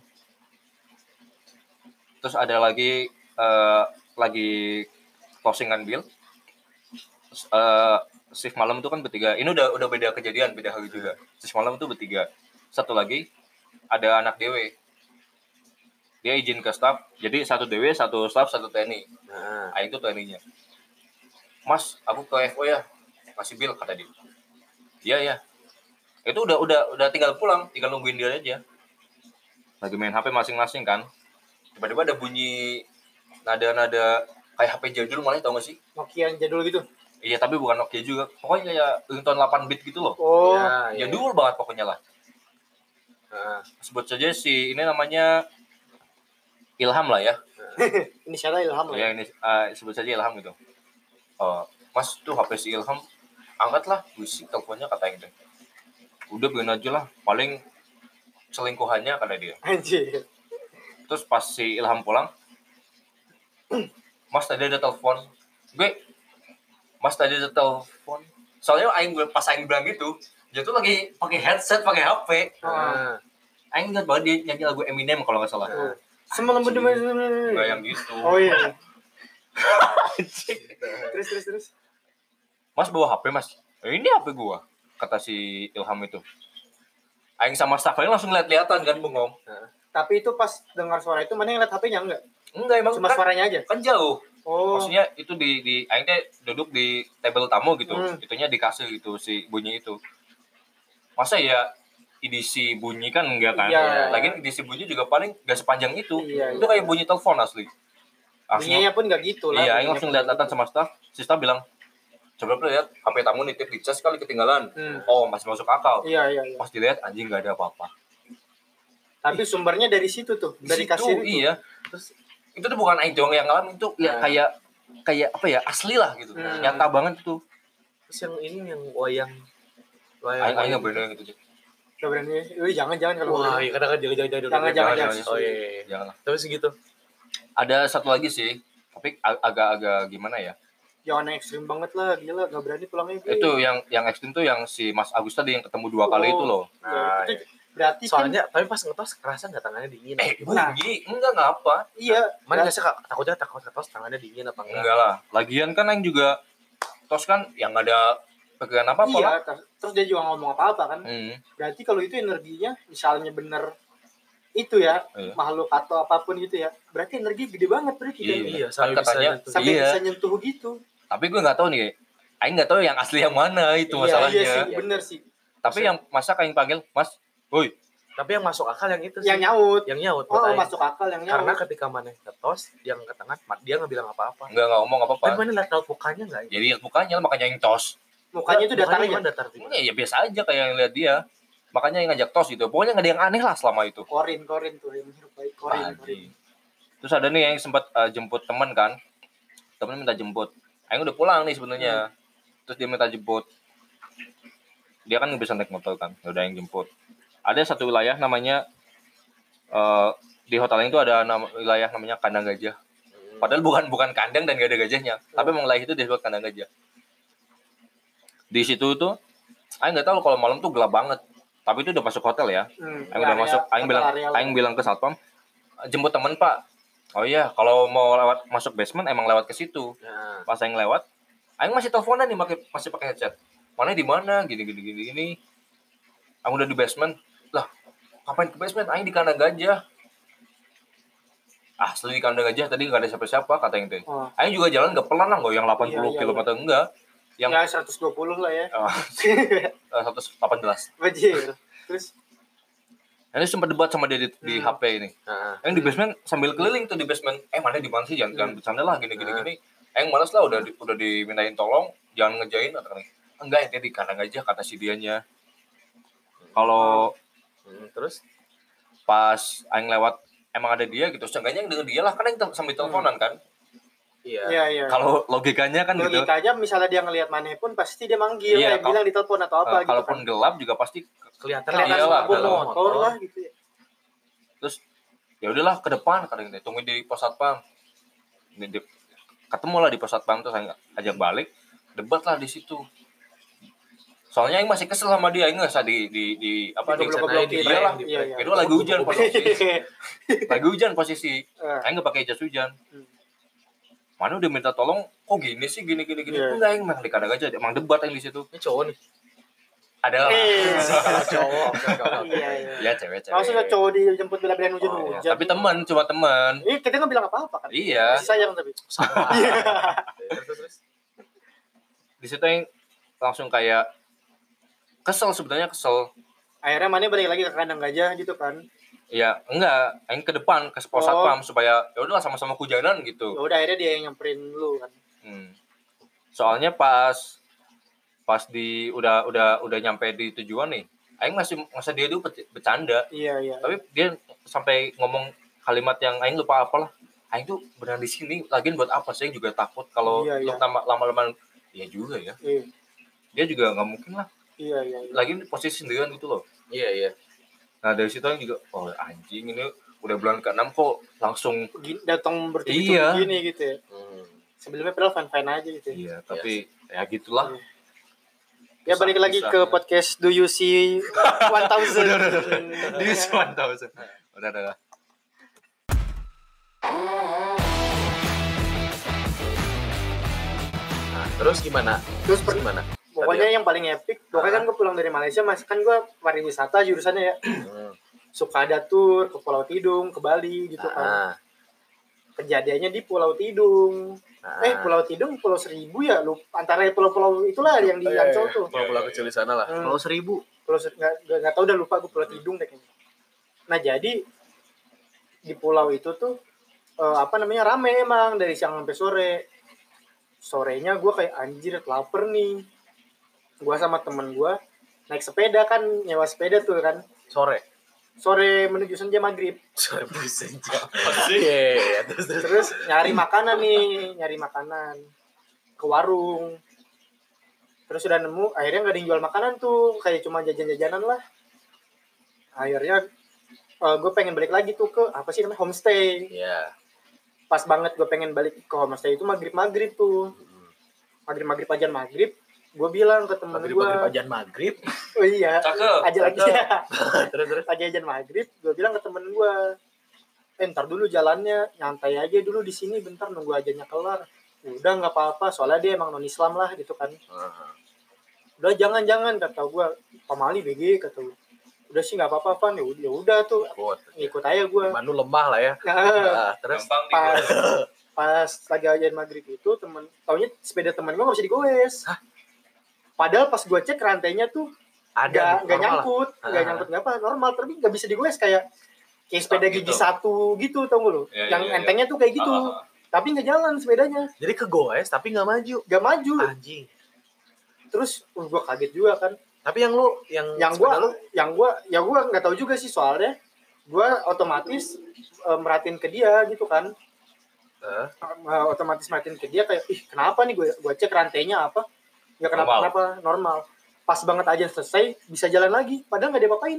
S3: Terus ada lagi closingan bill. Shift malam itu kan bertiga. Ini udah beda kejadian, beda hari juga. Shift malam itu bertiga. Satu lagi ada anak DW. Dia izin ke staff, jadi satu DW, satu staff, satu TNI. Aing itu TNI-nya. Mas, aku ke FO ya, kasih bill kata dia. Iya. Itu udah tinggal pulang, tinggal nungguin dia aja. Lagi main HP masing-masing kan. Tiba-tiba ada bunyi nada kayak HP jadul malah, tau gak sih?
S1: Nokia yang jadul gitu.
S3: Iya, tapi bukan Nokia juga. Pokoknya kayak ringtone 8 bit gitu loh.
S1: Oh,
S3: jadul banget pokoknya lah. Sebut saja si ini namanya Ilham lah ya.
S1: Inisialnya Ilham lah.
S3: Ya ini sebut saja Ilham gitu. Mas tuh HP si Ilham angkatlah, bisik teleponnya kata yang itu. Udah biarin aja lah, paling selingkuhannya kata dia.
S1: Anjir.
S3: Terus pas si Ilham pulang, Mas tadi ada telepon. Mas tadi ada telepon. Soalnya pas aing bilang gitu, dia tuh lagi pakai headset, pakai HP. Aing ingat banget dia nyanyi lagu Eminem kalau nggak salah.
S1: Semalam berdua
S3: Nggak yang gitu.
S1: Oh iya. Terus.
S3: Mas bawa HP mas. Ini HP gua, kata si Ilham itu. Aing sama staff aing langsung lihat-lihatan kan bengong.
S1: Tapi itu pas dengar suara itu mana yang lihat HP-nya enggak?
S3: Enggak emang
S1: cuma suaranya aja.
S3: Kan jauh.
S1: Oh.
S3: Maksudnya itu di aing teh duduk di table tamu gitu. Itunya dikasih gitu si bunyi itu. Masa ya edisi bunyi kan enggak kan?
S1: Iya.
S3: Lagian edisi bunyi juga paling enggak sepanjang itu.
S1: Iya,
S3: Itu kayak bunyi telepon asli.
S1: Bunyinya pun enggak gitu lah.
S3: Iya, aing langsung lihat-lihatan sama staff. Si staff bilang, "Coba lihat HP tamu nitip di cas kali ketinggalan." Oh, masih masuk akal.
S1: Iya.
S3: Pas dilihat anjing enggak ada apa-apa.
S1: Tapi sumbernya dari situ tuh, dari kasir itu.
S3: Iya. Terus itu tuh bukan aing doang yang ngalamin itu ya kayak apa ya, asli lah gitu. Nyata banget itu.
S2: Terus yang ini yang wayang
S3: Aing enggak bener gitu.
S1: Enggak berani. Jangan kalau.
S2: Wah, iya kadang jangan. Oh iya.
S3: Jangan.
S2: Tapi segitu.
S3: Ada satu lagi sih, tapi agak gimana ya?
S1: Jangan ekstrim banget lah, gila enggak berani pulangnya.
S3: Itu yang ekstrim tuh yang si Mas Agus tadi yang ketemu 2 kali itu loh.
S1: Nah, itu berarti
S2: soalnya tapi pas ngetos kerasa nggak tangannya dingin?
S3: Bunyi enggak ngapa.
S1: Iya.
S2: Mana biasa takutnya ngetos tangannya dingin apa enggak?
S3: Enggak lah. Lagian kan aing juga tos kan yang ada pegangan apa-apa
S1: iya,
S3: lah.
S1: Terus dia juga ngomong apa-apa kan. Berarti kalau itu energinya misalnya bener itu ya, makhluk atau apapun gitu ya. Berarti energi gede banget berarti.
S2: Iya,
S3: sampai
S2: katanya
S1: bisa nyentuh gitu.
S3: Tapi gue nggak tahu nih, Aing nggak tahu yang asli yang mana itu masalahnya.
S1: Iya sih, bener sih.
S3: Tapi yang masa Aing panggil, Mas, woi.
S2: Tapi yang masuk akal yang itu sih.
S1: Yang nyaut.
S2: Yang nyaut.
S1: Oh, masuk akal yang nyaut.
S2: Karena ketika Maneh ngetos, yang ke tengah, dia nggak bilang apa-apa.
S3: Nggak ngomong apa-apa.
S2: Tapi Maneh lihat raut mukanya nggak?
S3: Jadi lihat mukanya, makanya yang tos.
S1: Mukanya itu datar aja.
S2: Datar.
S3: Ya biasa aja kayak yang lihat dia. Makanya yang ngajak tos gitu. Pokoknya nggak ada yang aneh lah selama itu.
S1: Korin tuh yang menyerupai Korin.
S3: Terus ada nih yang sempat jemput teman kan. Temen minta jemput. Aing udah pulang nih sebenarnya. Terus dia minta jemput. Dia kan nggak bisa naik motor kan. Ya udah yang jemput. Ada satu wilayah namanya di hotel itu ada wilayah namanya kandang gajah. Padahal bukan kandang dan gak ada gajahnya. Tapi memang wilayah itu disebut kandang gajah. Di situ tuh, Aing nggak tahu kalau malam tuh gelap banget. Tapi itu udah masuk hotel ya. Aing udah masuk. Aing bilang ke satpam, jemput temen Pak. Oh iya, kalau mau lewat masuk basement emang lewat ke situ. Pas Aing lewat, Aing masih teleponan nih, masih pakai headset. Mana di mana? Gini. Aing udah di basement. Lah, ngapain ke basement? Aing di kandang gajah. Asli di kandang gajah tadi nggak ada siapa-siapa kata yang itu. Aing juga jalan nggak pelan lah, nggak yang 80 km enggak. Yang
S1: 120 lah ya.
S3: 118.
S1: Bajir. Terus
S3: ini sempat debat sama dia di HP ini. Yang di basement sambil keliling tuh di basement. Mana di mana sih? Jangan bercanda lah gini. Yang malas lah udah dimintain tolong, jangan ngejain atau nih. Enggak, yang di kandang aja kata si dianya. Kalau
S2: terus
S3: pas aing lewat emang ada dia gitu. Seenggaknya yang dengan dia lah, kan yang sambil teleponan kan.
S1: Iya.
S3: Kalau logikanya kan gitu.
S1: Logikanya misalnya dia ngelihat Maneh pun pasti dia manggil, bilang di telepon atau apa gitu.
S3: Kalaupun gelap juga pasti
S2: kelihatan
S1: motor lah gitu ya.
S3: Terus ya udahlah ke depan kadang gitu. Tunggu di pos satpam. Ketemu lah di pos satpam terus saya ajak balik, debat lah di situ. Soalnya Aing masih kesel sama dia, Aing nggak usah di dia lah. Kedua lagi hujan posisi. Aing nggak pakai jas hujan. Mana udah minta tolong, kok gini sih gini. Enggak, Aing memang di kandang aja, emang debat Aing di situ.
S2: Ini cowok nih.
S3: Ada
S2: cowok.
S3: Iya, cewek.
S1: Maksudnya cowok dijemput bela-belain hujan.
S3: Tapi cuma teman.
S1: Kita nggak bilang apa-apa kan.
S3: Iya.
S1: Masih sayang tapi.
S2: Terus.
S3: Di situ Aing langsung kayak kesel.
S1: Akhirnya Maneh balik lagi ke kandang gajah gitu kan.
S3: Iya, enggak. Aing ke depan ke pos satpam supaya ya udahlah sama-sama hujanan gitu.
S1: Ya udah akhirnya dia yang nyamperin lu kan.
S3: Soalnya pas di udah nyampe di tujuan nih, Aing masa dia dulu bercanda.
S1: Iya.
S3: Tapi dia sampai ngomong kalimat yang Aing lupa apalah. Aing tuh benar di sini, lagian buat apa sih? Aing juga takut kalau lu lama-lama. Iya juga ya.
S1: Iya.
S3: Dia juga nggak mungkin lah.
S1: Iya.
S3: Lagian posisi sendirian gitu loh.
S2: Iya.
S3: Nah dari situ Aing juga, oh anjing ini udah bulan ke-6 kok langsung
S1: datang bertubi-tubi gini gitu ya. Sebelumnya padahal fine-fine aja gitu.
S3: Iya, tapi ya gitulah.
S1: Ya balik lagi ke podcast Do You See 1000.
S3: Do You See 1000. Udah.
S2: Nah, terus gimana?
S1: Pokoknya yang paling epic, pokoknya kan gue pulang dari Malaysia, kan gue pariwisata jurusannya ya. Suka ada tour ke Pulau Tidung, ke Bali gitu kan. Kejadiannya di Pulau Tidung. Pulau Tidung, Pulau Seribu ya, lu antara pulau-pulau itulah yang di Ancol tuh.
S2: Pulau kecil di sana lah. Pulau Seribu.
S1: Nggak tahu udah lupa gue Pulau Tidung deh kayaknya. Nah jadi di pulau itu tuh rame emang dari siang sampai sore. Sorenya gue kayak anjir lapar nih. Gue sama temen gue naik sepeda kan, nyewa sepeda tuh kan. Sore menuju senja maghrib. Terus nyari makanan ke warung. Terus udah nemu, akhirnya nggak ada yang jual makanan tuh, kayak cuma jajan-jajanan lah. Akhirnya gue pengen balik lagi tuh ke apa sih namanya homestay. Pas banget gue pengen balik ke homestay itu maghrib tuh. Maghrib ajan maghrib. Gue bilang ke temen gue.
S2: Ajan maghrib.
S1: Oh iya. Aja lagi ya.
S2: Terus.
S1: Ajan maghrib. Gue bilang ke temen gue. Ntar dulu jalannya nyantai aja dulu di sini bentar nunggu ajannya kelar. Udah nggak apa-apa. Soalnya dia emang non Islam lah gitu kan. Udah jangan kata gue. Pamali BG kata gue. Udah sih nggak apa-apa Van. Ya udah tuh. Ikut aja gue.
S2: Manu lemah lah ya.
S3: Terus
S1: pas lagi ajan maghrib itu taunya sepeda temen gue nggak bisa digoes. Padahal pas gue cek rantainya tuh
S2: Ada
S1: nggak nyangkut nggak apa normal, tapi nggak bisa digoes kayak sepeda gigi
S3: gitu.
S1: satu gitu, tau gak lu? Yang entengnya tuh kayak gitu, tapi nggak jalan sepedanya.
S2: Jadi kegoes tapi nggak maju.
S1: Anjing. Terus gue kaget juga kan.
S2: Tapi yang
S1: gue nggak tahu juga sih, soalnya gue otomatis merhatiin ke dia gitu kan. Otomatis merhatiin ke dia kayak, ih kenapa nih, gue cek rantainya apa, nggak kenapa normal. Pas banget aja selesai bisa jalan lagi, padahal nggak diapa-apain.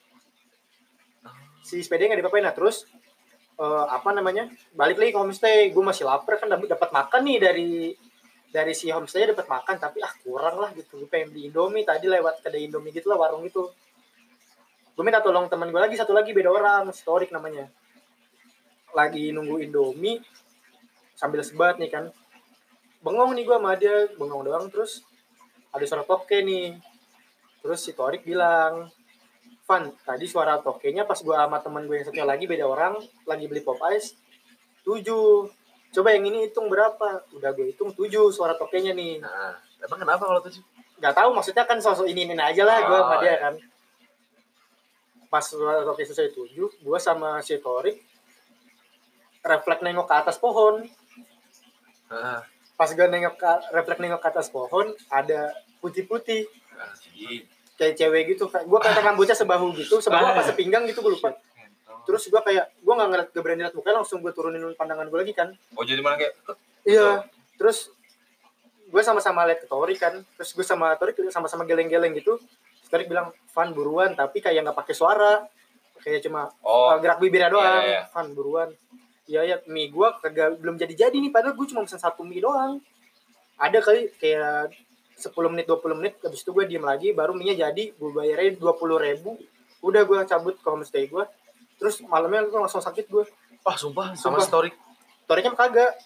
S1: Si sepedanya nggak diapa-apain. Nah terus balik lagi ke homestay. Gue masih lapar kan, dapat makan nih dari si homestay dapat makan, tapi kurang lah gitu. Gue pengen beli Indomie, tadi lewat kedai Indomie gitu lah, warung gitu. Gue minta tolong teman gue lagi, satu lagi beda orang, Storik namanya, lagi nunggu Indomie sambil sebat nih kan. Bengong nih gue sama dia, bengong doang. Terus ada suara toke nih. Terus si Torik bilang, Van, tadi suara tokenya pas gue sama teman gue yang satu lagi beda orang lagi beli pop ice 7. Coba yang ini hitung berapa? Udah gue hitung 7 suara tokenya nih.
S2: Nah, emang kenapa kalau 7?
S1: Gak tahu, maksudnya kan sosok ini aja lah gue sama dia kan. Pas suara toke selesai 7, gue sama si Torik refleks nengok ke atas pohon. Pas gue refleks nengok ke atas pohon, ada putih-putih. Kayak cewek gitu, gue kata rambutnya sebahu gitu, sebahu apa sepinggang gitu, gue lupa. Terus gue gak berani liat mukanya, langsung gue turunin pandangan gue lagi kan.
S3: Oh jadi mana kayak?
S1: Iya. Terus gue sama-sama liat ke Torik kan. Terus gue sama Torik sama-sama geleng-geleng gitu. Torik bilang, Van buruan, tapi kayak nggak pakai suara, kayak cuma gerak bibirnya doang.
S3: Iya.
S1: Van buruan. Iya mie gue belum jadi nih, padahal gue cuma pesen 1 mie doang. Ada kali kayak 10 menit 20 menit, habis itu gue diem lagi, baru mie-nya jadi, gue bayarin 20.000. Udah gue cabut ke homestay gue. Terus malamnya gue langsung sakit gue.
S2: Sumpah. Sama Storik.
S1: Toriknya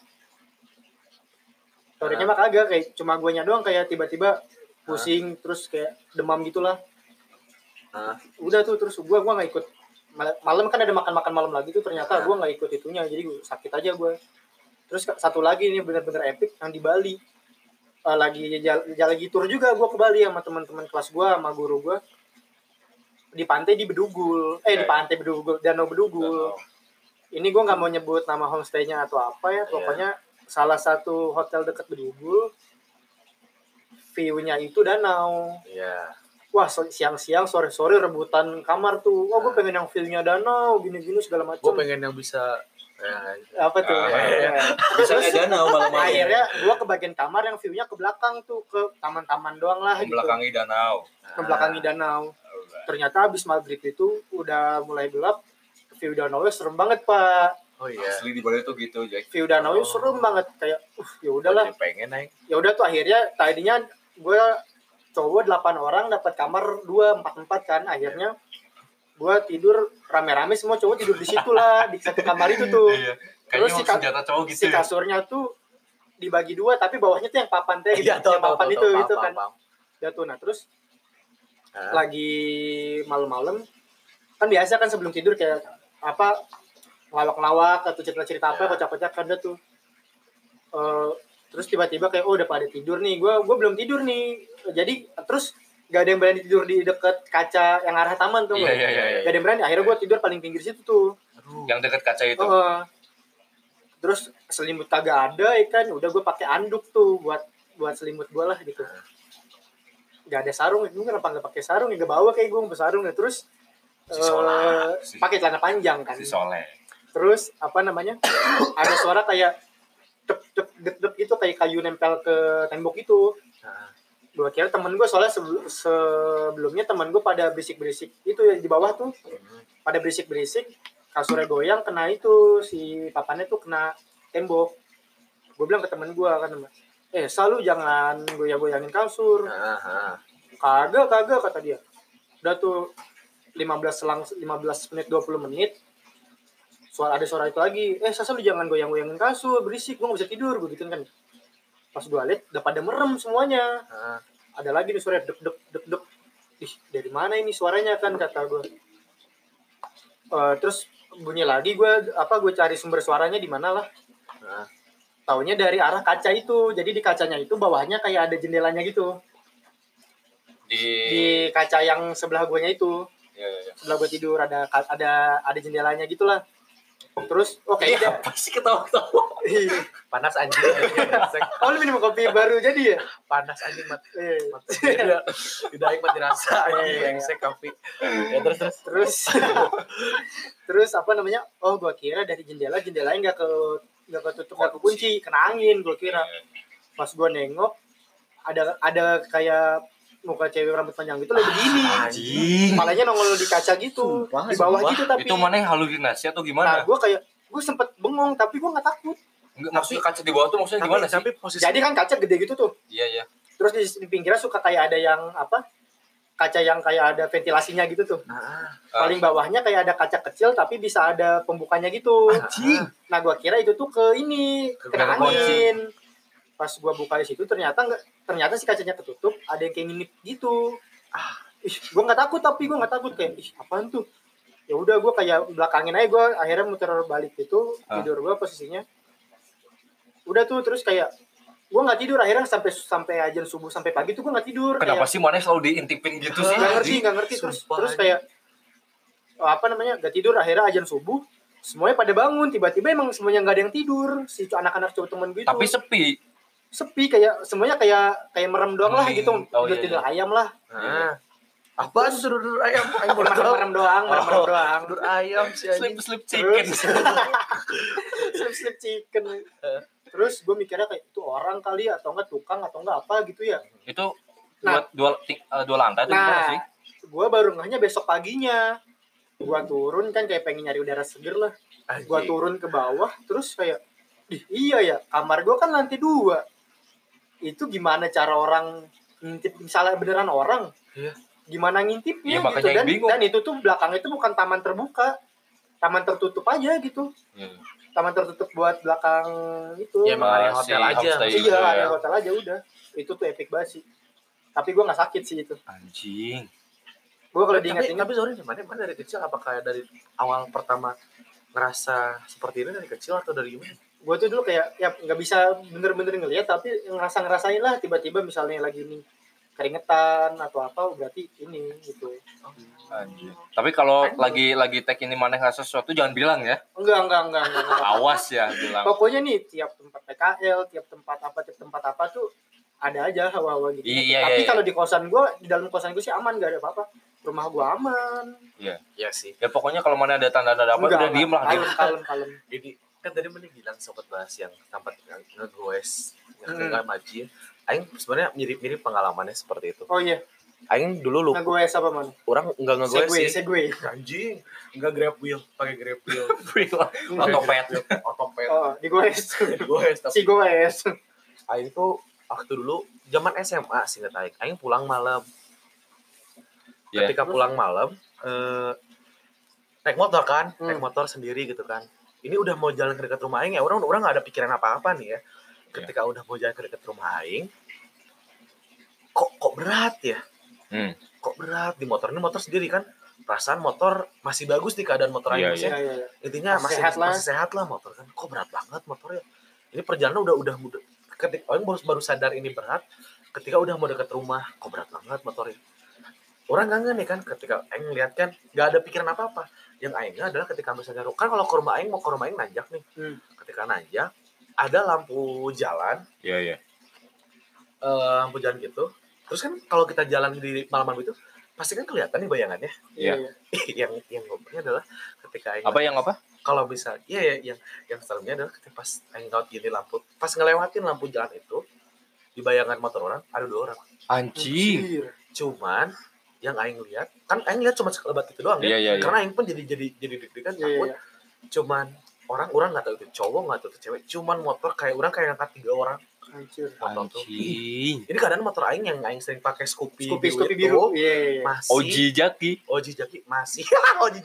S1: mah kagak. Kayak cuma guanya doang kayak tiba-tiba pusing, terus kayak demam gitulah. Udah tuh, terus gue nggak ikut. Malam kan ada makan malam lagi tuh, ternyata gue nggak ikut itunya, jadi gue sakit aja gue. Terus satu lagi nih bener-bener epic yang di Bali. Lagi tur juga gue ke Bali sama teman-teman kelas gue sama guru gue. Di pantai di Bedugul. Di pantai Bedugul, Danau Bedugul. Ini gue nggak mau nyebut nama homestay-nya atau apa ya, pokoknya salah satu hotel dekat Bedugul. View-nya itu danau.
S2: Iya.
S1: Wah, siang-siang, sore-sore rebutan kamar tuh. Wah, gue pengen yang view-nya danau, gini-gini segala macam.
S2: Gue pengen yang bisa
S1: apa tuh?
S3: Bisa kayak danau malam-malam.
S1: Akhirnya gue ke bagian kamar yang view-nya ke belakang tuh, ke taman-taman doang lah gitu.
S3: Membelakangi danau.
S1: Membelakangi danau. Ternyata habis maghrib itu udah mulai gelap. View danau-nya serem banget, Pak.
S2: Oh iya.
S3: Asli di Bali tuh gitu, Jack.
S1: View danau-nya serem banget, kayak ya udahlah.
S2: Pengen naik.
S1: Ya udah tuh, akhirnya tadinya gue cowok 8 orang dapat kamar 2, 4 kan. Akhirnya gue tidur rame-rame, semua cowok tidur di situ lah, di satu kamar itu tuh. Terus si kasurnya tuh dibagi 2, tapi bawahnya tuh yang papan teh gitu. Yang papan itu kan. Ya tuh, nah terus lagi malam-malam kan biasa kan sebelum tidur kayak apa, ngelawak-ngelawak atau cerita-cerita apa, kocak-kocak kan tuh. Terus tiba-tiba kayak udah pada tidur nih, gue belum tidur nih. Jadi terus gak ada yang berani tidur di dekat kaca yang arah taman tuh.
S3: Iya.
S1: Gak ada yang berani. Akhirnya gue tidur paling pinggir situ tuh.
S3: Yang dekat kaca itu.
S1: Terus selimut kagak ada ya kan. Udah gue pakai anduk tuh buat selimut gue lah gitu. Gak ada sarung. Gue kenapa gak pakai sarung? Gak bawa kayak gue sarung ya. Terus pakai celana panjang kan.
S3: Si Soleh.
S1: Terus apa namanya? Ada suara kayak dep gitu, kayak kayu nempel ke tembok itu. Gue kira temen gue, soalnya sebelumnya temen gue pada berisik-berisik itu ya di bawah tuh, pada berisik-berisik, kasurnya goyang, kena itu si papannya tuh kena tembok. Gue bilang ke temen gue kan, selalu jangan goyang-goyangin kasur. Kagak kata dia. Udah tuh 15 menit 20 menit ada suara itu lagi, Sasa lu jangan goyang-goyangin kasur, berisik, gue gak bisa tidur, gue gituin kan. Pas gue liat udah pada merem semuanya. Ada lagi nih suara dek. Ih, dari mana ini suaranya kan, kata gue. Terus bunyi lagi, gue cari sumber suaranya di mana lah. Taunya dari arah kaca itu. Jadi di kacanya itu bawahnya kayak ada jendelanya gitu. di kaca yang sebelah guanya itu.
S3: Iya.
S1: Sebelah gua tidur ada jendelanya gitulah. Terus kayaknya
S3: apa sih ketawa-ketawa?
S2: Panas anjing.
S1: Oh, lu minum kopi baru jadi ya?
S2: Panas anjing mat.
S1: Iya.
S2: Tidak aing mati rasa anjing brengsek kopi. Ya terus.
S1: Terus apa namanya? Oh, gua kira dari jendelanya enggak ketutup, enggak kekunci, kena angin gua kira. Pas gua nengok ada kayak muka cewek rambut panjang gitu lagi begini.
S3: Anjing.
S1: Kepalanya nongol di kaca gitu, di bawah gitu tapi.
S3: Itu mana halusinasi atau gimana?
S1: Nah, gue sempet bengong tapi gue nggak takut.
S3: Enggak, maksudnya kaca di bawah tuh maksudnya gimana sih?
S2: Tapi posisi
S1: Jadi kan kaca gede gitu tuh.
S3: Iya.
S1: Terus di pinggirnya suka kayak ada yang kaca yang kayak ada ventilasinya gitu tuh. Paling bawahnya kayak ada kaca kecil tapi bisa ada pembukanya gitu.
S2: Anjing.
S1: Nah, gue kira itu tuh kena angin. Pas gue buka di situ ternyata si kacanya ketutup, ada yang kayak nginip gitu. Gue nggak takut kayak apaan tuh. Ya udah gue kayak belakangin aja, gue akhirnya muter balik gitu, tidur gue posisinya. Udah tuh terus kayak gue nggak tidur akhirnya sampai azan subuh sampai pagi tuh gue nggak tidur.
S3: Kenapa
S1: kayak,
S3: sih mana selalu diintipin gitu sih?
S1: Nggak ngerti terus kayak nggak tidur akhirnya azan subuh. Semuanya pada bangun, tiba-tiba emang semuanya nggak ada yang tidur. Si anak-anak cowok temen gue itu.
S3: Tapi
S1: sepi kayak semuanya kayak merem doang lah gitu. Tidur ayam lah.
S2: Apa tidur ayam?
S1: Merem doang.
S2: Tidur ayam sih anjing.
S3: Sleep chicken.
S1: Sleep chicken. Terus gue mikirnya kayak itu orang kali atau enggak tukang atau enggak apa gitu ya.
S3: Itu dua lantai tuh gimana sih?
S1: Gue baru ngehnya besok paginya. Gue turun kan kayak pengen nyari udara seger lah. Gue turun ke bawah terus kayak iya ya, kamar gue kan lantai 2. Itu gimana cara orang ngintip, misalnya beneran orang, gimana ngintipnya gitu. Dan itu tuh belakang itu bukan taman terbuka, taman tertutup aja gitu. Taman tertutup buat belakang itu.
S2: Ya emang area hotel aja.
S1: Iya, area hotel aja udah. Itu tuh epic banget sih. Tapi gue nggak sakit sih itu.
S3: Anjing.
S1: Gue kalau diingat-ingat.
S2: Tapi sorry, mana dari kecil apakah dari awal pertama ngerasa seperti ini dari kecil atau dari gimana?
S1: Gue tuh dulu kayak ya nggak bisa bener-bener ngeliat tapi ngerasain lah tiba-tiba misalnya lagi ini keringetan atau apa berarti ini gitu.
S3: Anjir. Tapi kalau lagi tag ini mana nggak sesuatu jangan bilang ya.
S1: Enggak.
S3: Awas ya bilang.
S1: Pokoknya nih tiap tempat PKL, tiap tempat apa tuh ada aja hawa-hawa gitu. Tapi kalau di kosan gue, di dalam kosan gue sih aman, gak ada apa-apa. Rumah gue aman.
S3: Iya sih. Ya pokoknya kalau mana ada tanda-tanda apa udah diem lah.
S1: Kalem.
S2: Jadi kan tadi mana bilang sobat bahas yang tempat ngegoes nggak majin. Aing sebenarnya mirip pengalamannya seperti itu.
S1: Oh iya.
S2: Aing dulu lupa.
S1: Ngegoes apa man?
S2: Orang nggak ngegoes sih.
S1: Segway.
S2: Anjing. Nggak grab wheel, pakai grab wheel. Otopet.
S1: Oh, digoes.
S2: Si
S1: goes.
S2: Aing tuh waktu dulu zaman SMA sih nggak Aing. Aing pulang malam. Ketika pulang malam, naik motor kan, naik motor sendiri gitu kan. Ini udah mau jalan ke dekat rumah Aing ya, orang nggak ada pikiran apa-apa nih ya. Ketika udah mau jalan ke dekat rumah Aing, kok berat ya? Kok berat di motor? Ini motor sendiri kan, perasaan motor masih bagus nih keadaan motor Aing. Intinya masih sehat lah motor kan. Kok berat banget motornya? Ini perjalanan udah ketika Aing baru sadar ini berat. Ketika udah mau dekat rumah, kok berat banget motornya. Orang kangen nih kan ketika Aing lihat kan nggak ada pikiran apa-apa. Yang Aingnya adalah ketika misalnya kan kalau ke rumah Aing nanjak nih. Ketika nanjak ada lampu jalan.
S3: Iya.
S2: Lampu jalan gitu. Terus kan kalau kita jalan di malam-malam itu pasti kan kelihatan nih bayangannya.
S3: Iya.
S2: yang ngobrolnya adalah ketika Aing kalau bisa yang setelahnya adalah ketika pas Aing ngeliat gini lampu pas ngelewatin lampu jalan itu di bayangan motor orang ada 2 orang.
S3: Anjing.
S2: Cuman yang Aing lihat kan Aing lihat cuma sekelebat itu doang ya. Karena Aing pun jadi deg-degan takut. Cuman orang nggak tahu itu cowok nggak tahu itu cewek. Cuman motor kayak orang kayak ngangkat 3 orang.
S3: Anjing.
S2: Ini keadaan motor Aing yang Aing sering pakai Scoopy
S1: biru.
S2: Masih
S3: Oji Jaki
S2: masih Oji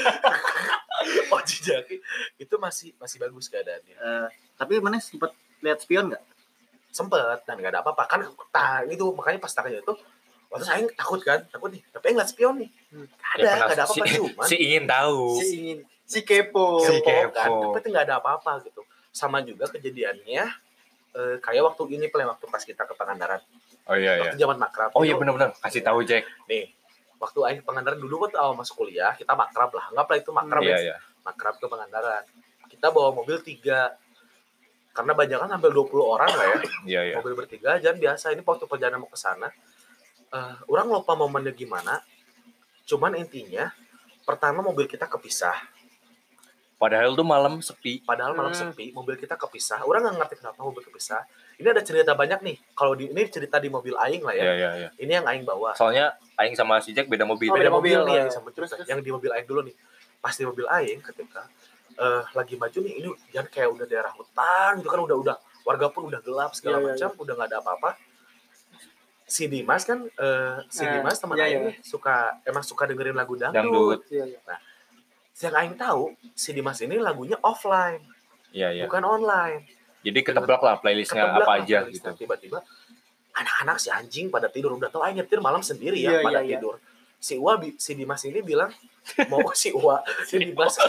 S2: Jaki itu masih bagus keadaannya.
S4: Tapi mana sempat lihat spion nggak?
S2: Sempet dan nggak ada apa-apa kan. Itu makanya pas tanya itu waktu Aing takut nih. Tapi Aing ngeliat spion nih. Nggak ada apa-apa cuma.
S3: Si ingin tahu.
S1: Si kepo
S2: kan. Tapi itu nggak ada apa-apa gitu. Sama juga kejadiannya kayak waktu pas kita ke Pangandaran.
S3: Oh iya.
S2: Waktu zaman makrab.
S3: Oh iya benar-benar. Kasih tahu Jack.
S2: Nih, waktu aing Pangandaran dulu kan awal masuk kuliah, kita makrab lah. Anggaplah itu makrab ya.
S3: Iya.
S2: Makrab ke Pangandaran. Kita bawa mobil 3. Karena banyak kan hampir 20 orang lah ya.
S3: Iya.
S2: Mobil bertiga, jangan biasa. Ini waktu perjalanan mau ke sana. Orang lupa momennya gimana. Cuman intinya, pertama mobil kita kepisah.
S3: Padahal tuh malam sepi.
S2: Mobil kita kepisah. Orang nggak ngerti kenapa mobil kepisah. Ini ada cerita banyak nih. Kalau ini cerita di mobil aing lah ya.
S3: Iya.
S2: Ini yang aing bawa.
S3: Soalnya aing sama si Jack beda mobil.
S2: Beda mobil nih yang sama terus. Yang di mobil aing dulu nih. Pas di mobil aing ketika lagi maju nih, ini jangan kayak udah daerah hutan gitu kan, udah warga pun udah gelap segala macam, udah nggak ada apa-apa. Si Dimas kan Dimas teman aing nih suka dengerin lagu dangdut. Nah, yang aing tahu si Dimas ini lagunya offline.
S3: Iya.
S2: Bukan online.
S3: Jadi ketebak lah playlistnya apa aja gitu.
S2: Tiba-tiba anak-anak si anjing pada tidur, udah tahu aing nyetir malam sendiri ya pada tidur. Si Dimas ini bilang mau si Dimas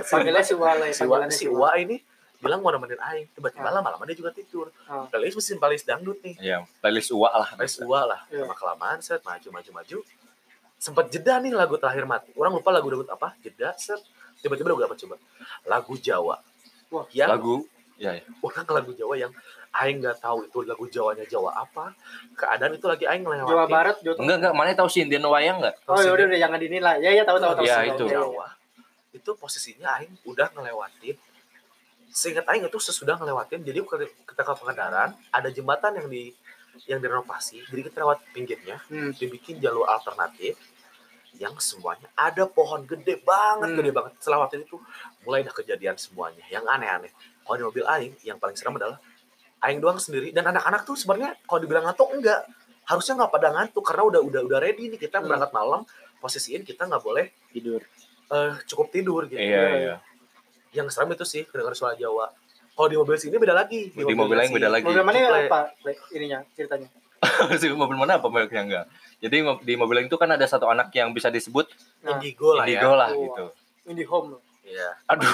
S2: si Uwa ini bilang mau nemenin aing. Tiba-tiba lama-lama dia juga tidur. Playlist dangdut nih.
S3: Iya, playlist Uwa lah.
S2: Lama-kelamaan set maju. Sempat jeda nih lagu terakhir mati. Orang lupa lagu dangdut apa, jeda set. Tiba-tiba lagu apa coba? Lagu Jawa.
S3: Wah, lagu
S2: Orang lagu Jawa yang aing nggak tahu itu lagu Jawanya Jawa apa. Keadaan itu lagi aing ngelewatin.
S1: Jawa Barat,
S3: Enggak, mana tahu Sinden Wayang enggak?
S1: Oh, ya udah jangan dinilai. Ya tahu.
S3: Ya itu.
S2: Jawa. Itu posisinya aing udah ngelewatin. Seingat aing itu sesudah ngelewatin. Jadi kita ke Pangandaran, ada jembatan yang direnovasi. Jadi kita lewat pinggirnya, dibikin jalur alternatif yang semuanya ada pohon gede banget. Setelah waktu itu mulai dah kejadian semuanya yang aneh-aneh. Kalau di mobil aing yang paling seram adalah aing doang sendiri, dan anak-anak tuh sebenarnya kalau dibilang ngantuk enggak, harusnya nggak pada ngantuk karena udah ready nih, kita berangkat malam, posisiin kita nggak boleh
S1: tidur,
S2: cukup tidur gitu.
S3: Iya.
S2: Yang seram itu sih kedengar suara Jawa. Kalau di mobil sini beda lagi.
S3: Di mobil lain beda lagi.
S1: Mobil mana apa ininya ceritanya?
S3: Mobil mana apa mobilnya enggak? Jadi di mobil itu kan ada satu anak yang bisa disebut
S2: Indigo lah
S3: gitu.
S2: Indihome. Iya.
S3: Aduh.